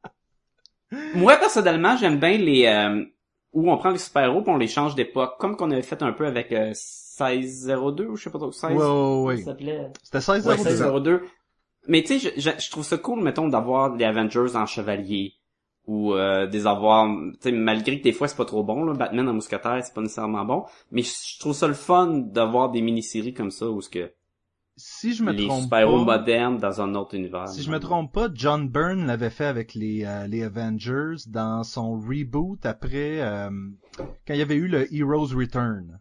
Moi, personnellement, j'aime bien les, euh, où on prend les super-héros pis on les change d'époque. Comme qu'on avait fait un peu avec, euh, seize zéro deux, ou je sais pas trop, seize. Ouais, ouais, comment ouais. ça s'appelait? C'était seize Ouais, zéro c'est deux. seize zéro deux. Mais tu sais, je, je, je trouve ça cool, mettons, d'avoir les Avengers en chevalier. Ou, euh, des avoir, tu sais, malgré que des fois c'est pas trop bon, là, Batman en mousquetaire, c'est pas nécessairement bon. Mais je, je trouve ça le fun d'avoir des mini-séries comme ça, où ce que, Si je me les trompe super-héros pas, modernes dans un autre univers. si je me trompe pas, John Byrne l'avait fait avec les euh, les Avengers dans son reboot après euh, quand il y avait eu le Heroes Return.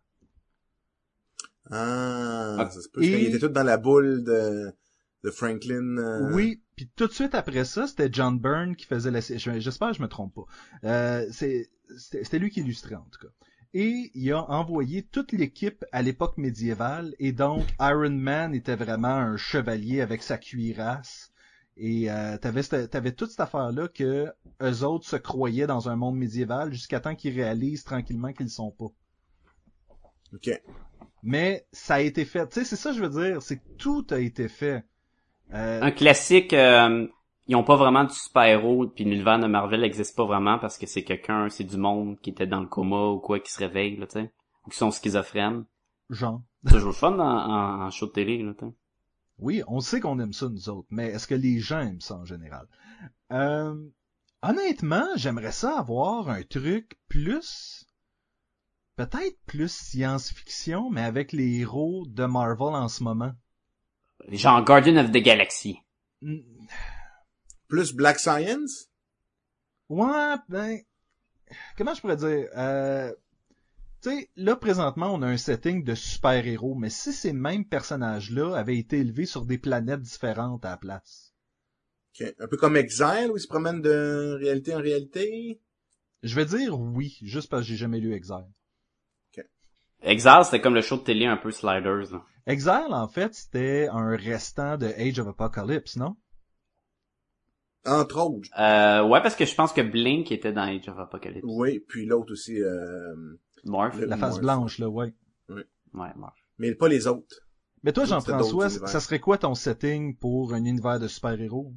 Ah, Ah, ça se peut. Parce et- qu'il était tout dans la boule de, de Franklin. euh, Oui, puis tout de suite après ça, c'était John Byrne qui faisait la... je- J'espère que je me trompe pas. Euh, c'est, c'était c'était lui qui illustrait, en tout cas. Et il a envoyé toute l'équipe à l'époque médiévale, et donc Iron Man était vraiment un chevalier avec sa cuirasse. Et euh, t'avais, cette- t'avais toute cette affaire-là que eux autres se croyaient dans un monde médiéval jusqu'à temps qu'ils réalisent tranquillement qu'ils le sont pas. OK. Mais ça a été fait. Tu sais, c'est ça que je veux dire, c'est que tout a été fait. Euh... Un classique, euh, ils ont pas vraiment de super-héros, puis l'univers de Marvel n'existe pas vraiment parce que c'est quelqu'un, c'est du monde qui était dans le coma ou quoi, qui se réveille, là, tu sais. Ou qui sont schizophrènes. Genre. C'est toujours le fun en, en, en show de télé, là, tu sais. Oui, on sait qu'on aime ça, nous autres, mais est-ce que les gens aiment ça en général? Euh, honnêtement, j'aimerais ça avoir un truc plus... Peut-être plus science-fiction, mais avec les héros de Marvel en ce moment. Genre Guardian of the Galaxy. Mm. Plus Black Science? Ouais, ben... Comment je pourrais dire? Euh... Tu sais, là, présentement, on a un setting de super-héros, mais si ces mêmes personnages-là avaient été élevés sur des planètes différentes à la place. Okay. Un peu comme Exile, où ils se promènent de réalité en réalité? Je vais dire oui, juste parce que j'ai jamais lu Exile. Okay. Exile, c'était comme le show de télé un peu Sliders, là. Exile, en fait, c'était un restant de Age of Apocalypse, non? Entre autres. Euh, ouais, parce que je pense que Blink était dans Age of Apocalypse. Oui, puis l'autre aussi, euh... Morph. La face Morph. blanche, là, ouais. Oui. Ouais, Morph. Mais pas les autres. Mais toi, C'était Jean-François, d'autres univers. ça serait quoi ton setting pour un univers de super-héros?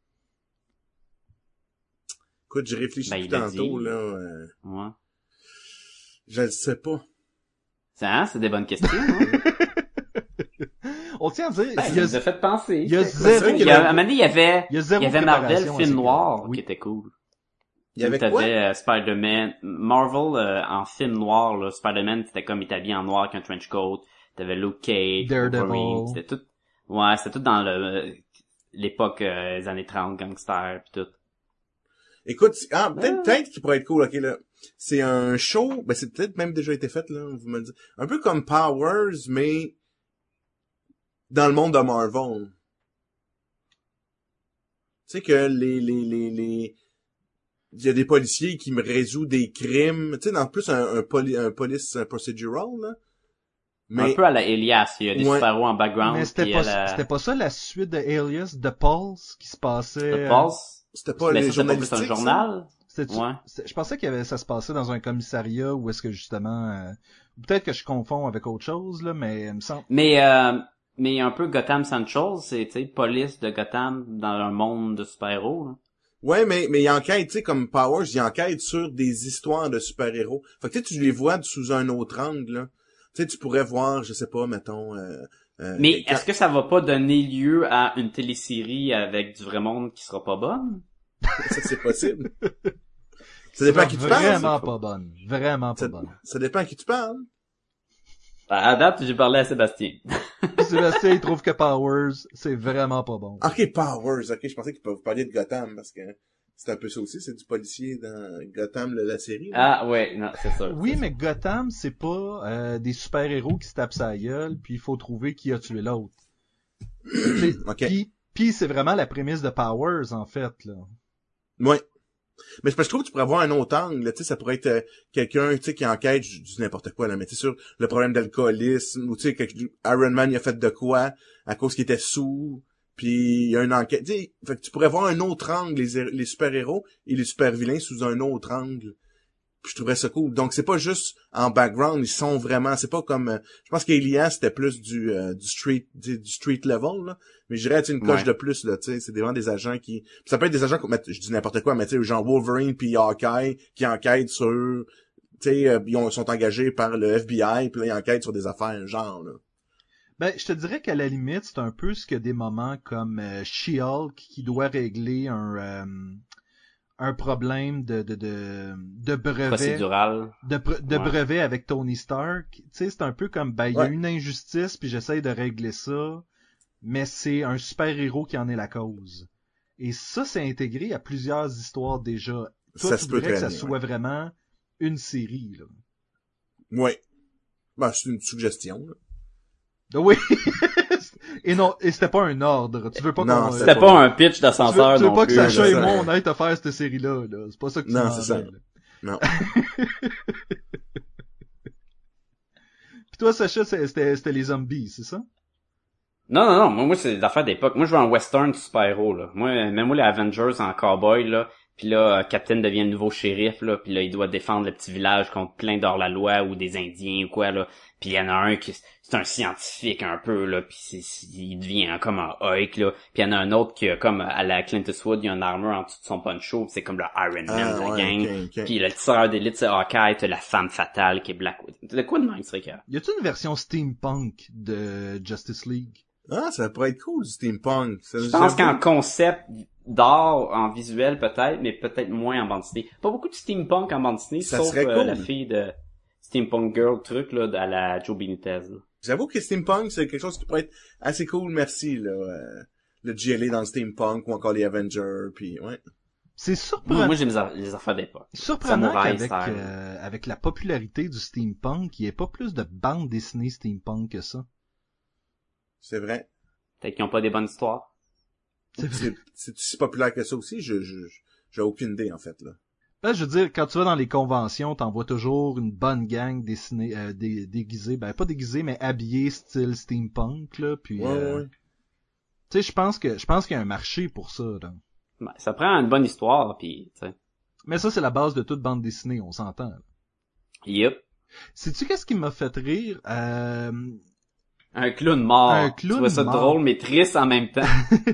Écoute, j'ai réfléchi Ben, tout il l'a tantôt, dit. là. Euh... Ouais. Je le sais pas. C'est, hein, c'est des bonnes questions, hein? On tient à dire, Ben, il y ça a, nous a fait penser. il y a c'est zéro, vrai Il qu'il y a, à un moment donné, il y avait, il y a zéro il y avait Marvel préparation à film ces noir gars-là. Oui. qui était cool. Il y avait T'avais quoi? euh, Spider-Man, Marvel euh, en film noir, là, Spider-Man c'était comme il était habillé en noir avec un trench coat, t'avais Luke Cage, Daredevil. Wolverine, c'était tout, ouais, c'était tout dans le euh, l'époque euh, des années trente, gangster pis tout. Écoute, ah, peut-être, Ah. peut-être qu'il pourrait être cool, ok, là. C'est un show, ben c'est peut-être même déjà été fait, là, vous me le dites. Un peu comme Powers, mais dans le monde de Marvel. Tu sais que les, les, les, les, il y a des policiers qui me résout des crimes, tu sais, dans plus un, un, poli, un police un procedural, là. Mais, Un peu à la Elias, il y a des Ouais. super-héros en background. Mais c'était puis pas, à la... c'était pas ça la suite de Alias, de Pulse, qui se passait... The euh, Pulse. c'était pas Mais les ça, c'était pas plus journalistiques, un ça? journal. C'était- Ouais. c'était- Je pensais qu'il y avait, ça se passait dans un commissariat où est-ce que justement... euh, peut-être que je confonds avec autre chose, là, mais il me semble... Mais, euh, mais un peu Gotham Central, c'est, tu sais, police de Gotham dans un monde de super-héros, là. Ouais, mais, mais il enquête, tu sais, comme Powers, il enquête sur des histoires de super-héros. Fait que tu sais, tu les vois sous un autre angle, là. Tu sais, tu pourrais voir, je sais pas, mettons, euh, euh, Mais quand- est-ce que ça va pas donner lieu à une télésérie avec du vrai monde qui sera pas bonne? ça, c'est possible. Ça dépend à qui tu parles. Vraiment pas bonne. Vraiment pas Ça, bonne. ça dépend à qui tu parles. À date, j'ai parlé à Sébastien. Sébastien, il trouve que Powers, c'est vraiment pas bon. Ok, Powers, ok, je pensais qu'il vous parler de Gotham, parce que c'est un peu ça aussi, c'est du policier dans Gotham, la, la série. là. Ah, ouais, non, c'est ça. Oui, c'est mais Gotham, c'est pas euh, des super-héros qui se tapent sa gueule, puis il faut trouver qui a tué l'autre. C'est- Ok. Puis, puis c'est vraiment la prémisse de Powers, en fait, là. Ouais. Mais je je trouve que tu pourrais avoir un autre angle, là, tu sais, ça pourrait être euh, quelqu'un, tu sais, qui enquête du, du n'importe quoi, là, mais tu sais, sur le problème d'alcoolisme, ou tu sais, que Iron Man, il a fait de quoi, à cause qu'il était sous, puis il y a une enquête, tu sais, fait que tu pourrais voir un autre angle, les, les super-héros et les super-vilains sous un autre angle. Puis je trouverais ça cool. Donc c'est pas juste en background, ils sont vraiment, c'est pas comme, euh, je pense qu'Elias c'était plus du euh, du street du, du street level là, mais je dirais tu sais, une coche Ouais. de plus là, tu sais, c'est vraiment des agents qui, puis ça peut être des agents, comme- je dis n'importe quoi, mais tu sais genre Wolverine puis Hawkeye qui enquêtent sur, tu sais, euh, ils ont- sont engagés par le F B I puis là ils enquêtent sur des affaires genre là. Ben, je te dirais qu'à la limite, c'est un peu ce que des moments comme euh, She-Hulk qui doit régler un euh, un problème de de de, de brevet procédural. de, bre- de Ouais. brevet avec Tony Stark. Tu sais, c'est un peu comme ben il y a Ouais. une injustice puis j'essaye de régler ça, mais c'est un super-héros qui en est la cause. Et ça c'est intégré à plusieurs histoires déjà. Toi, Ça tu se peut voudrais que très ça bien, soit vraiment une série là. Ouais. Ben c'est une suggestion. Là. Oui. et non, et c'était pas un ordre. Tu veux pas Non, qu'on c'était C'était pas un pitch tu veux, d'ascenseur tu veux non pas que plus. Sacha là, et ça. moi on aille te faire cette série-là, là. C'est pas ça que tu Non, demandais, c'est ça. là. Non. Puis toi, Sacha, c'est- c'était, c'était les zombies, c'est ça? Non, non, non, moi, moi c'est des affaires d'époque. Moi, je veux un western super-héros, là. Moi, même moi, les Avengers en cowboy, là, Puis là, Captain devient le nouveau shérif, là, puis là, il doit défendre le petit village contre plein d'hors-la-loi ou des Indiens ou quoi, là. Puis il y en a un qui, c'est un scientifique un peu, là, puis c'est, c'est, il devient comme un Hulk, là. Puis il y en a un autre qui a comme, à la Clint Eastwood, il y a une armure en dessous de son poncho, pis c'est comme le Iron Man Ah, de la ouais, gang. okay, okay. Puis le tireur d'élite, c'est Hawkeye, t'as la femme fatale qui est Black Widow. De quoi de même, c'est que... Y a-t-il une version steampunk de Justice League? Ah, ça pourrait être cool, du steampunk. Ça, Je pense j'avoue. qu'en concept d'art, en visuel peut-être, mais peut-être moins en bande dessinée. Pas beaucoup de steampunk en bande dessinée, Ça sauf serait euh, cool. la fille de Steampunk Girl truc là, à la Joe Benitez. Là. J'avoue que steampunk, c'est quelque chose qui pourrait être assez cool, merci, là. Euh, le G L A dans le steampunk ou encore les Avengers, puis ouais. C'est Moi, surprenant, moi j'aime les, aff- les affaires d'époque. surprenant Samouraï qu'avec style. euh, avec la popularité du steampunk, il n'y ait pas plus de bandes dessinées steampunk que ça. C'est vrai. Peut-être qu'ils ont pas des bonnes histoires. C'est vrai. C'est, c'est si populaire que ça aussi, je, je, j'ai aucune idée, en fait, là. Ben, je veux dire, quand tu vas dans les conventions, t'en vois toujours une bonne gang dessinée, euh, dé- déguisée, ben pas déguisée, mais habillée style steampunk, là, puis... Ouais, euh, ouais. Tu sais, je pense que je pense qu'il y a un marché pour ça, là. Ben, ça prend une bonne histoire, puis tu sais. Mais ça, c'est la base de toute bande dessinée, on s'entend. là. Yep. Sais-tu qu'est-ce qui m'a fait rire? Euh... Un clown mort. Un clown tu vois ça mort. drôle, mais triste en même temps.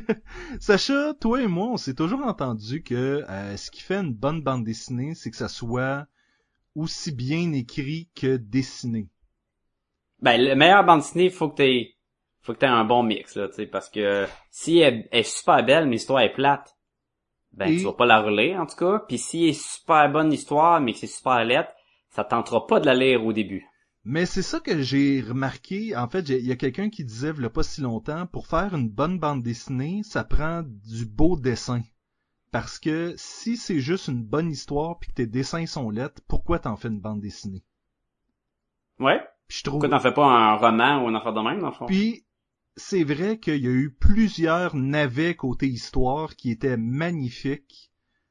Sacha, toi et moi, on s'est toujours entendu que euh, ce qui fait une bonne bande dessinée, c'est que ça soit aussi bien écrit que dessiné. Ben, le meilleur bande dessinée, faut que t'aies, faut que t'aies un bon mix, là, tu sais, parce que si elle est super belle, mais l'histoire est plate, ben, Et- tu vas pas la relire, en tout cas. Puis si elle est super bonne l'histoire, mais que c'est super lettre, ça tentera pas de la lire au début. Mais c'est ça que j'ai remarqué. En fait, j'ai- il y a quelqu'un qui disait, il y a pas si longtemps, pour faire une bonne bande dessinée, ça prend du beau dessin. Parce que si c'est juste une bonne histoire puis que tes dessins sont lettres, pourquoi t'en fais une bande dessinée? Ouais. Puis je trouve... Pourquoi t'en fais pas un roman ou un affaire de même, dans le fond? Puis c'est vrai qu'il y a eu plusieurs navets côté histoire qui étaient magnifiques,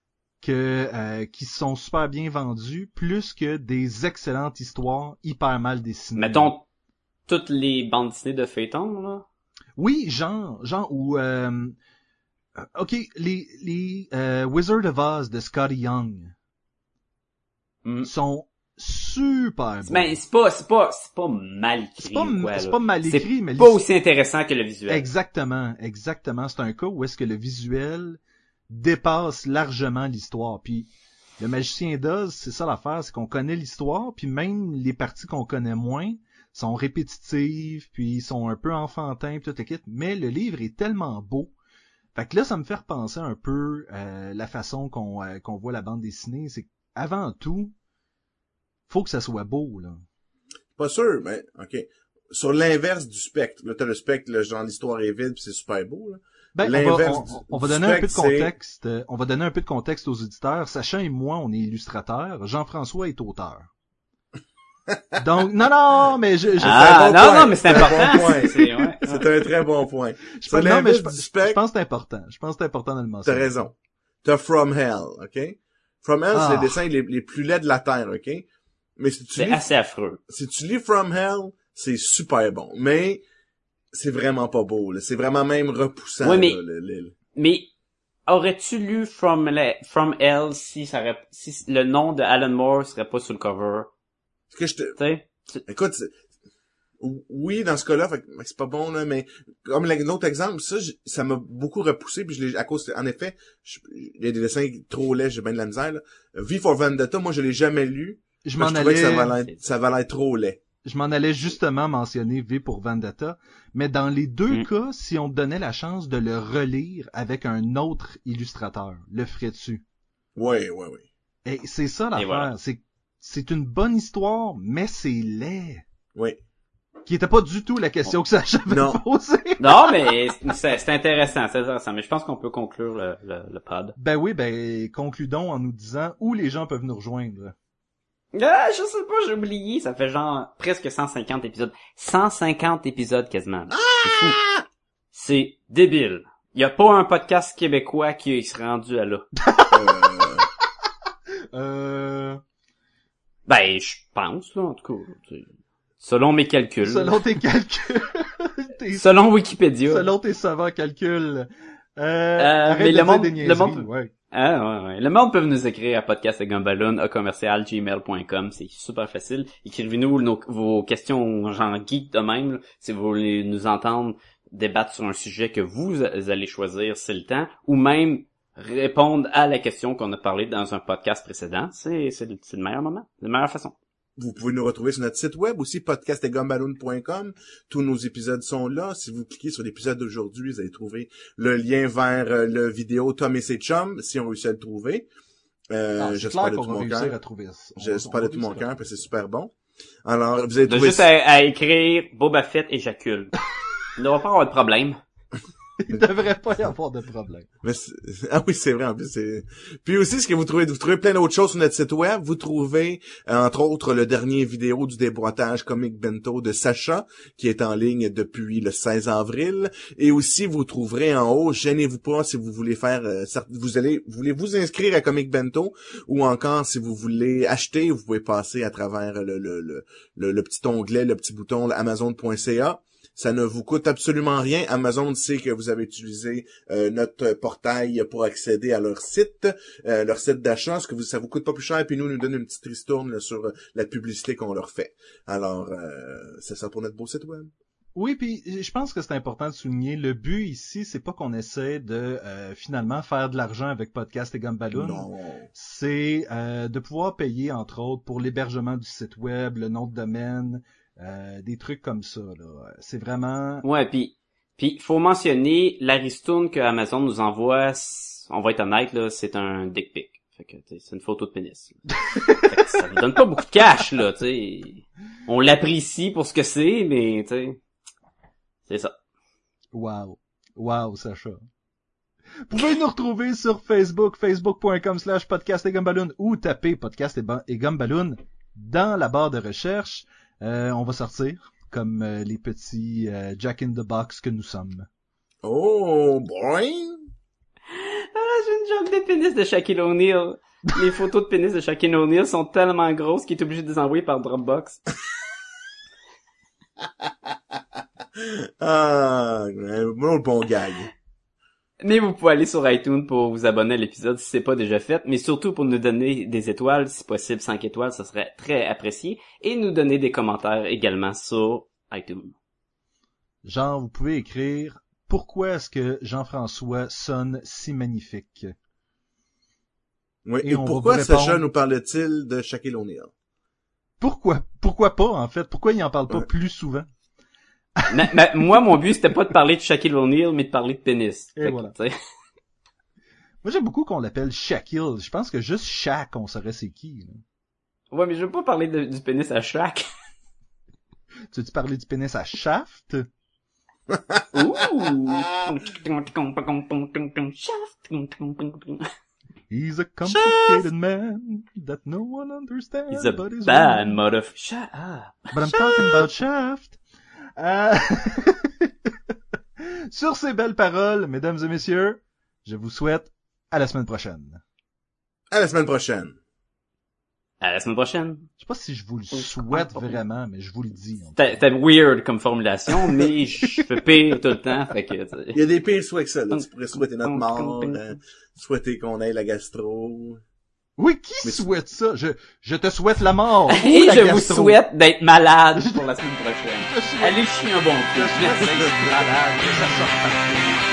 que euh, qui sont super bien vendus, plus que des excellentes histoires hyper mal dessinées. Mettons, toutes les bandes dessinées de feuilleton, là. Oui, genre, genre où euh, euh, ok, les les euh, Wizard of Oz de Scotty Young Mm. sont super bons. Ben, c'est pas, c'est pas, c'est pas mal écrit. C'est pas, ou quoi, c'est là. pas mal C'est écrit, mais pas l'his- aussi intéressant que le visuel. Exactement, exactement. C'est un cas où est-ce que le visuel dépasse largement l'histoire. Puis le Magicien d'Oz, c'est ça l'affaire, c'est qu'on connaît l'histoire, puis même les parties qu'on connaît moins sont répétitives, puis sont un peu enfantins, puis tout le kit. Mais le livre est tellement beau. Fait que là, ça me fait repenser un peu euh, la façon qu'on euh, qu'on voit la bande dessinée. C'est qu'avant tout, faut que ça soit beau, là. Pas sûr, mais, ok. Sur l'inverse du spectre, là, t'as le spectre, le genre, l'histoire est vide pis c'est super beau, là. Ben, on va, L'inverse on, du- on va du donner un peu de spectre, c'est- contexte. euh, On va donner un peu de contexte aux auditeurs. Sacha et moi, on est illustrateurs. Jean-François est auteur. Donc, non, non, mais je, je, Ah, bon non, point. non, mais c'est C'est un bon important. point. c'est, c'est- ouais. C'est un très bon point. je Sur pense- non, mais je, l'inverse du je spectre, pense que c'est important. Je pense que c'est important de le t'as mentionner. raison. T'as From Hell, ok? From Hell, Ah. c'est les dessins les, les plus laids de la Terre, ok? Mais si tu C'est lis, assez affreux. si tu lis From Hell, c'est super bon. Mais, c'est vraiment pas beau, là. C'est vraiment même repoussant, Oui, mais- là, le- le- Mais, aurais-tu lu From, la- From Hell si ça aurait, si le nom de Alan Moore serait pas sur le cover? Ce que je te, Tu sais? Tu- écoute, c'est- oui, dans ce cas-là, fait que c'est pas bon, là, mais comme l'autre exemple, ça, j- ça m'a beaucoup repoussé, puis je l'ai, à cause, en effet, je- il y a des dessins trop laids, j'ai bien de la misère, là. V for Vendetta, moi, je l'ai jamais lu. Je parce m'en que je trouvais que ça allais, valait, ça valait trop laid. je m'en allais justement mentionner V pour Vendetta. Mais dans les deux Mm. cas, si on te donnait la chance de le relire avec un autre illustrateur, le ferais-tu? Ouais, ouais, ouais. Et c'est ça l'affaire. voilà. C'est, c'est une bonne histoire, mais c'est laid. Oui. Qui était pas du tout la question que Sacha avait Non. posée. Non, mais c'est, c'est intéressant, c'est intéressant. Mais je pense qu'on peut conclure le, le, le pod. Ben oui, ben concludons en nous disant où les gens peuvent nous rejoindre. Ah, je sais pas, j'ai oublié. Ça fait genre presque cent cinquante épisodes. cent cinquante épisodes quasiment. C'est fou. C'est débile. Y a pas un podcast québécois qui serait rendu à là. Euh, Euh... Ben, je pense, là, en tout cas. C'est- Selon mes calculs. Selon tes calculs. tes- Selon Wikipédia. Selon tes savants calculs. Euh, Euh, arrête mais de le dire monde- des le niaiseries, monde- ouais. Ah, ouais, ouais. Le monde peut nous écrire à podcast et gumballoon à commercial gmail point com. C'est super facile. Écrivez-nous nos, vos questions genre geek de même, là, si vous voulez nous entendre débattre sur un sujet que vous allez choisir, c'est le temps, ou même répondre à la question qu'on a parlé dans un podcast précédent. C'est, c'est, le, c'est le meilleur moment, la meilleure façon. Vous pouvez nous retrouver sur notre site web aussi, podcast et gumballoon point com. Tous nos épisodes sont là. Si vous cliquez sur l'épisode d'aujourd'hui, vous allez trouver le lien vers euh, le vidéo Tom et ses chums, si on réussit à le trouver. Euh, Ah, c'est j'espère clair de qu'on tout va mon réussir cœur. à trouver ça. On J'espère va- de on tout va mon réussir à cœur, parce que c'est super bon. Alors, vous allez De trouver... juste à, à écrire Boba Fett éjacule. Il ne va pas avoir de problème. Il devrait pas y avoir de problème. Mais c'est- ah oui, c'est vrai, en plus, c'est... Puis aussi, ce que vous trouvez, vous trouvez plein d'autres choses sur notre site web. Vous trouvez, euh, entre autres, le dernier vidéo du déboîtage Comic Bento de Sacha, qui est en ligne depuis le seize avril. Et aussi, vous trouverez en haut, gênez-vous pas si vous voulez faire, euh, cert- vous allez, vous voulez vous inscrire à Comic Bento, ou encore, si vous voulez acheter, vous pouvez passer à travers le, le, le, le, le petit onglet, le petit bouton, amazon point c a. Ça ne vous coûte absolument rien. Amazon sait que vous avez utilisé euh, notre portail pour accéder à leur site, euh, leur site d'achat, ce que vous, ça vous coûte pas plus cher, puis nous, nous donne une petite ristourne là, sur euh, la publicité qu'on leur fait. Alors, euh, c'est ça pour notre beau site web. Oui, puis je pense que c'est important de souligner, le but ici, c'est pas qu'on essaie de euh, finalement faire de l'argent avec Podcast et Gumballoon. Non. C'est euh, de pouvoir payer, entre autres, pour l'hébergement du site web, le nom de domaine, euh, des trucs comme ça, là. C'est vraiment... Ouais, puis puis faut mentionner la ristourne que Amazon nous envoie, c- on va être honnête là, c'est un dick pic. Fait que t'sais, c'est une photo de pénis. Fait que ça nous donne pas beaucoup de cash là, tu sais. On l'apprécie pour ce que c'est, mais tu sais, c'est ça. Wow. Wow, Sacha. Vous pouvez nous retrouver sur Facebook, facebook point com slash podcast et gumballoon, ou taper podcast et, ba- et gumballoon dans la barre de recherche. Euh, on va sortir comme euh, les petits euh, Jack in the Box que nous sommes. Oh, boing! Ah, j'ai une joke de pénis de Shaquille O'Neal. Les photos de pénis de Shaquille O'Neal sont tellement grosses qu'il est obligé de les envoyer par Dropbox. Ah, bon, bon gag. Mais vous pouvez aller sur iTunes pour vous abonner à l'épisode si c'est pas déjà fait, mais surtout pour nous donner des étoiles, si possible cinq étoiles, ça serait très apprécié, et nous donner des commentaires également sur iTunes. Genre, vous pouvez écrire « Pourquoi est-ce que Jean-François sonne si magnifique? Oui, Et et, on va pourquoi vous Sacha répondre. nous parle-t-il de Shaquille O'Neal? » Pourquoi? Pourquoi pas, en fait? Pourquoi il en parle pas Ouais. plus souvent? Mais, mais moi, mon but, c'était pas de parler de Shaquille O'Neal, mais de parler de pénis. Et Fait que, voilà. tu sais, Moi, j'aime beaucoup qu'on l'appelle Shaquille. Je pense que juste Shaq, on saurait c'est qui. Là. ouais, mais je veux pas parler de- du pénis à Shaq. Tu veux-tu parler du pénis à Shaft? Ouh! He's a complicated man that no one understands. He's a but he's bad wrong. mother... Shut up! But I'm talking about Shaft. Euh... Sur ces belles paroles, mesdames et messieurs, je vous souhaite à la semaine prochaine. À la semaine prochaine. À la semaine prochaine. Je sais pas si je vous le souhaite vraiment, mais je vous le dis. en C'était c'était weird comme formulation, mais je fais pire tout le temps, fait que... tu Il sais. y a des pires souhaits que ça, là. Tu pourrais souhaiter notre mort, euh, souhaiter qu'on ait la gastro. Oui, qui Mais- souhaite ça? Je, je te souhaite la mort. ou Et la je vous gastro. souhaite d'être malade pour la semaine prochaine. Je souhaite- Allez chier un bon coup. je souhaite d'être malade, que ça sorte partout.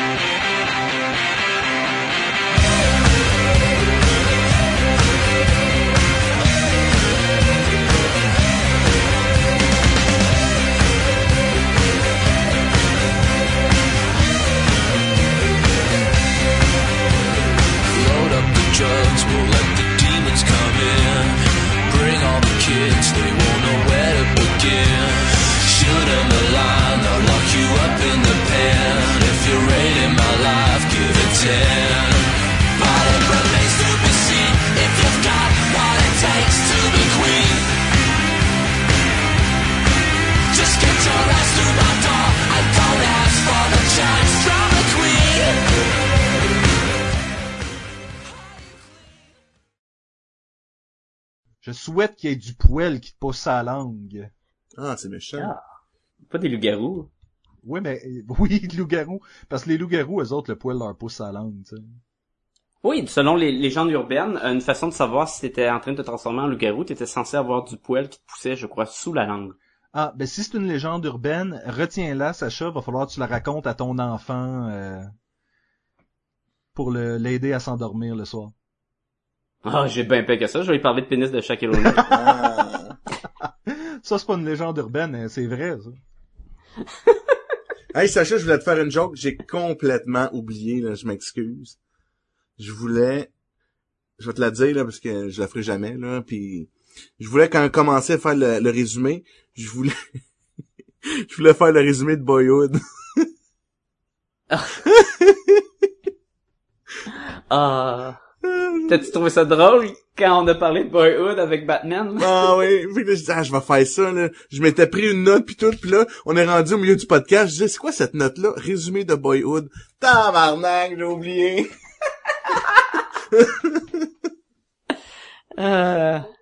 Load up the drugs, we'll let the demons come in. Bring all the kids, they won't know where to begin. Shoot 'em a line, I'll lock you up in the pen. If you're rating my life, give it ten. But it remains to be seen if you've got what it takes to be queen. Just get your ass to my door and don't ask for the chance from the queen. Je souhaite qu'il y ait du poil qui te pousse à la langue. Ah, c'est méchant. Ah. Pas des loups-garous. Oui, mais, euh, oui, loup-garou. Parce que les loups-garous, eux autres, le poil leur pousse à la langue, tu sais. Oui, selon les légendes urbaines, une façon de savoir si t'étais en train de te transformer en loup-garou, t'étais censé avoir du poil qui te poussait, je crois, sous la langue. Ah, ben si c'est une légende urbaine, retiens-la, Sacha, va falloir que tu la racontes à ton enfant euh, pour le l'aider à s'endormir le soir. Ah, j'ai bien peur que ça, je vais lui parler de pénis de Shaquille O'Neal. Ah. Ça, c'est pas une légende urbaine, hein, c'est vrai, ça. Hey, Sacha, je voulais te faire une joke. J'ai complètement oublié, là. Je m'excuse. Je voulais... Je vais te la dire, là, parce que je la ferai jamais, là. Puis, je voulais, quand on commençait à faire le, le résumé, je voulais... je voulais faire le résumé de Boyhood. Ah... T'as-tu trouvé ça drôle quand on a parlé de Boyhood avec Batman? Ah oui, puis là, je dis, ah, je vais faire ça, là. Je m'étais pris une note, puis tout, puis là, on est rendu au milieu du podcast, je disais, c'est quoi cette note-là? Résumé de Boyhood. Tabarnak, j'ai oublié. euh...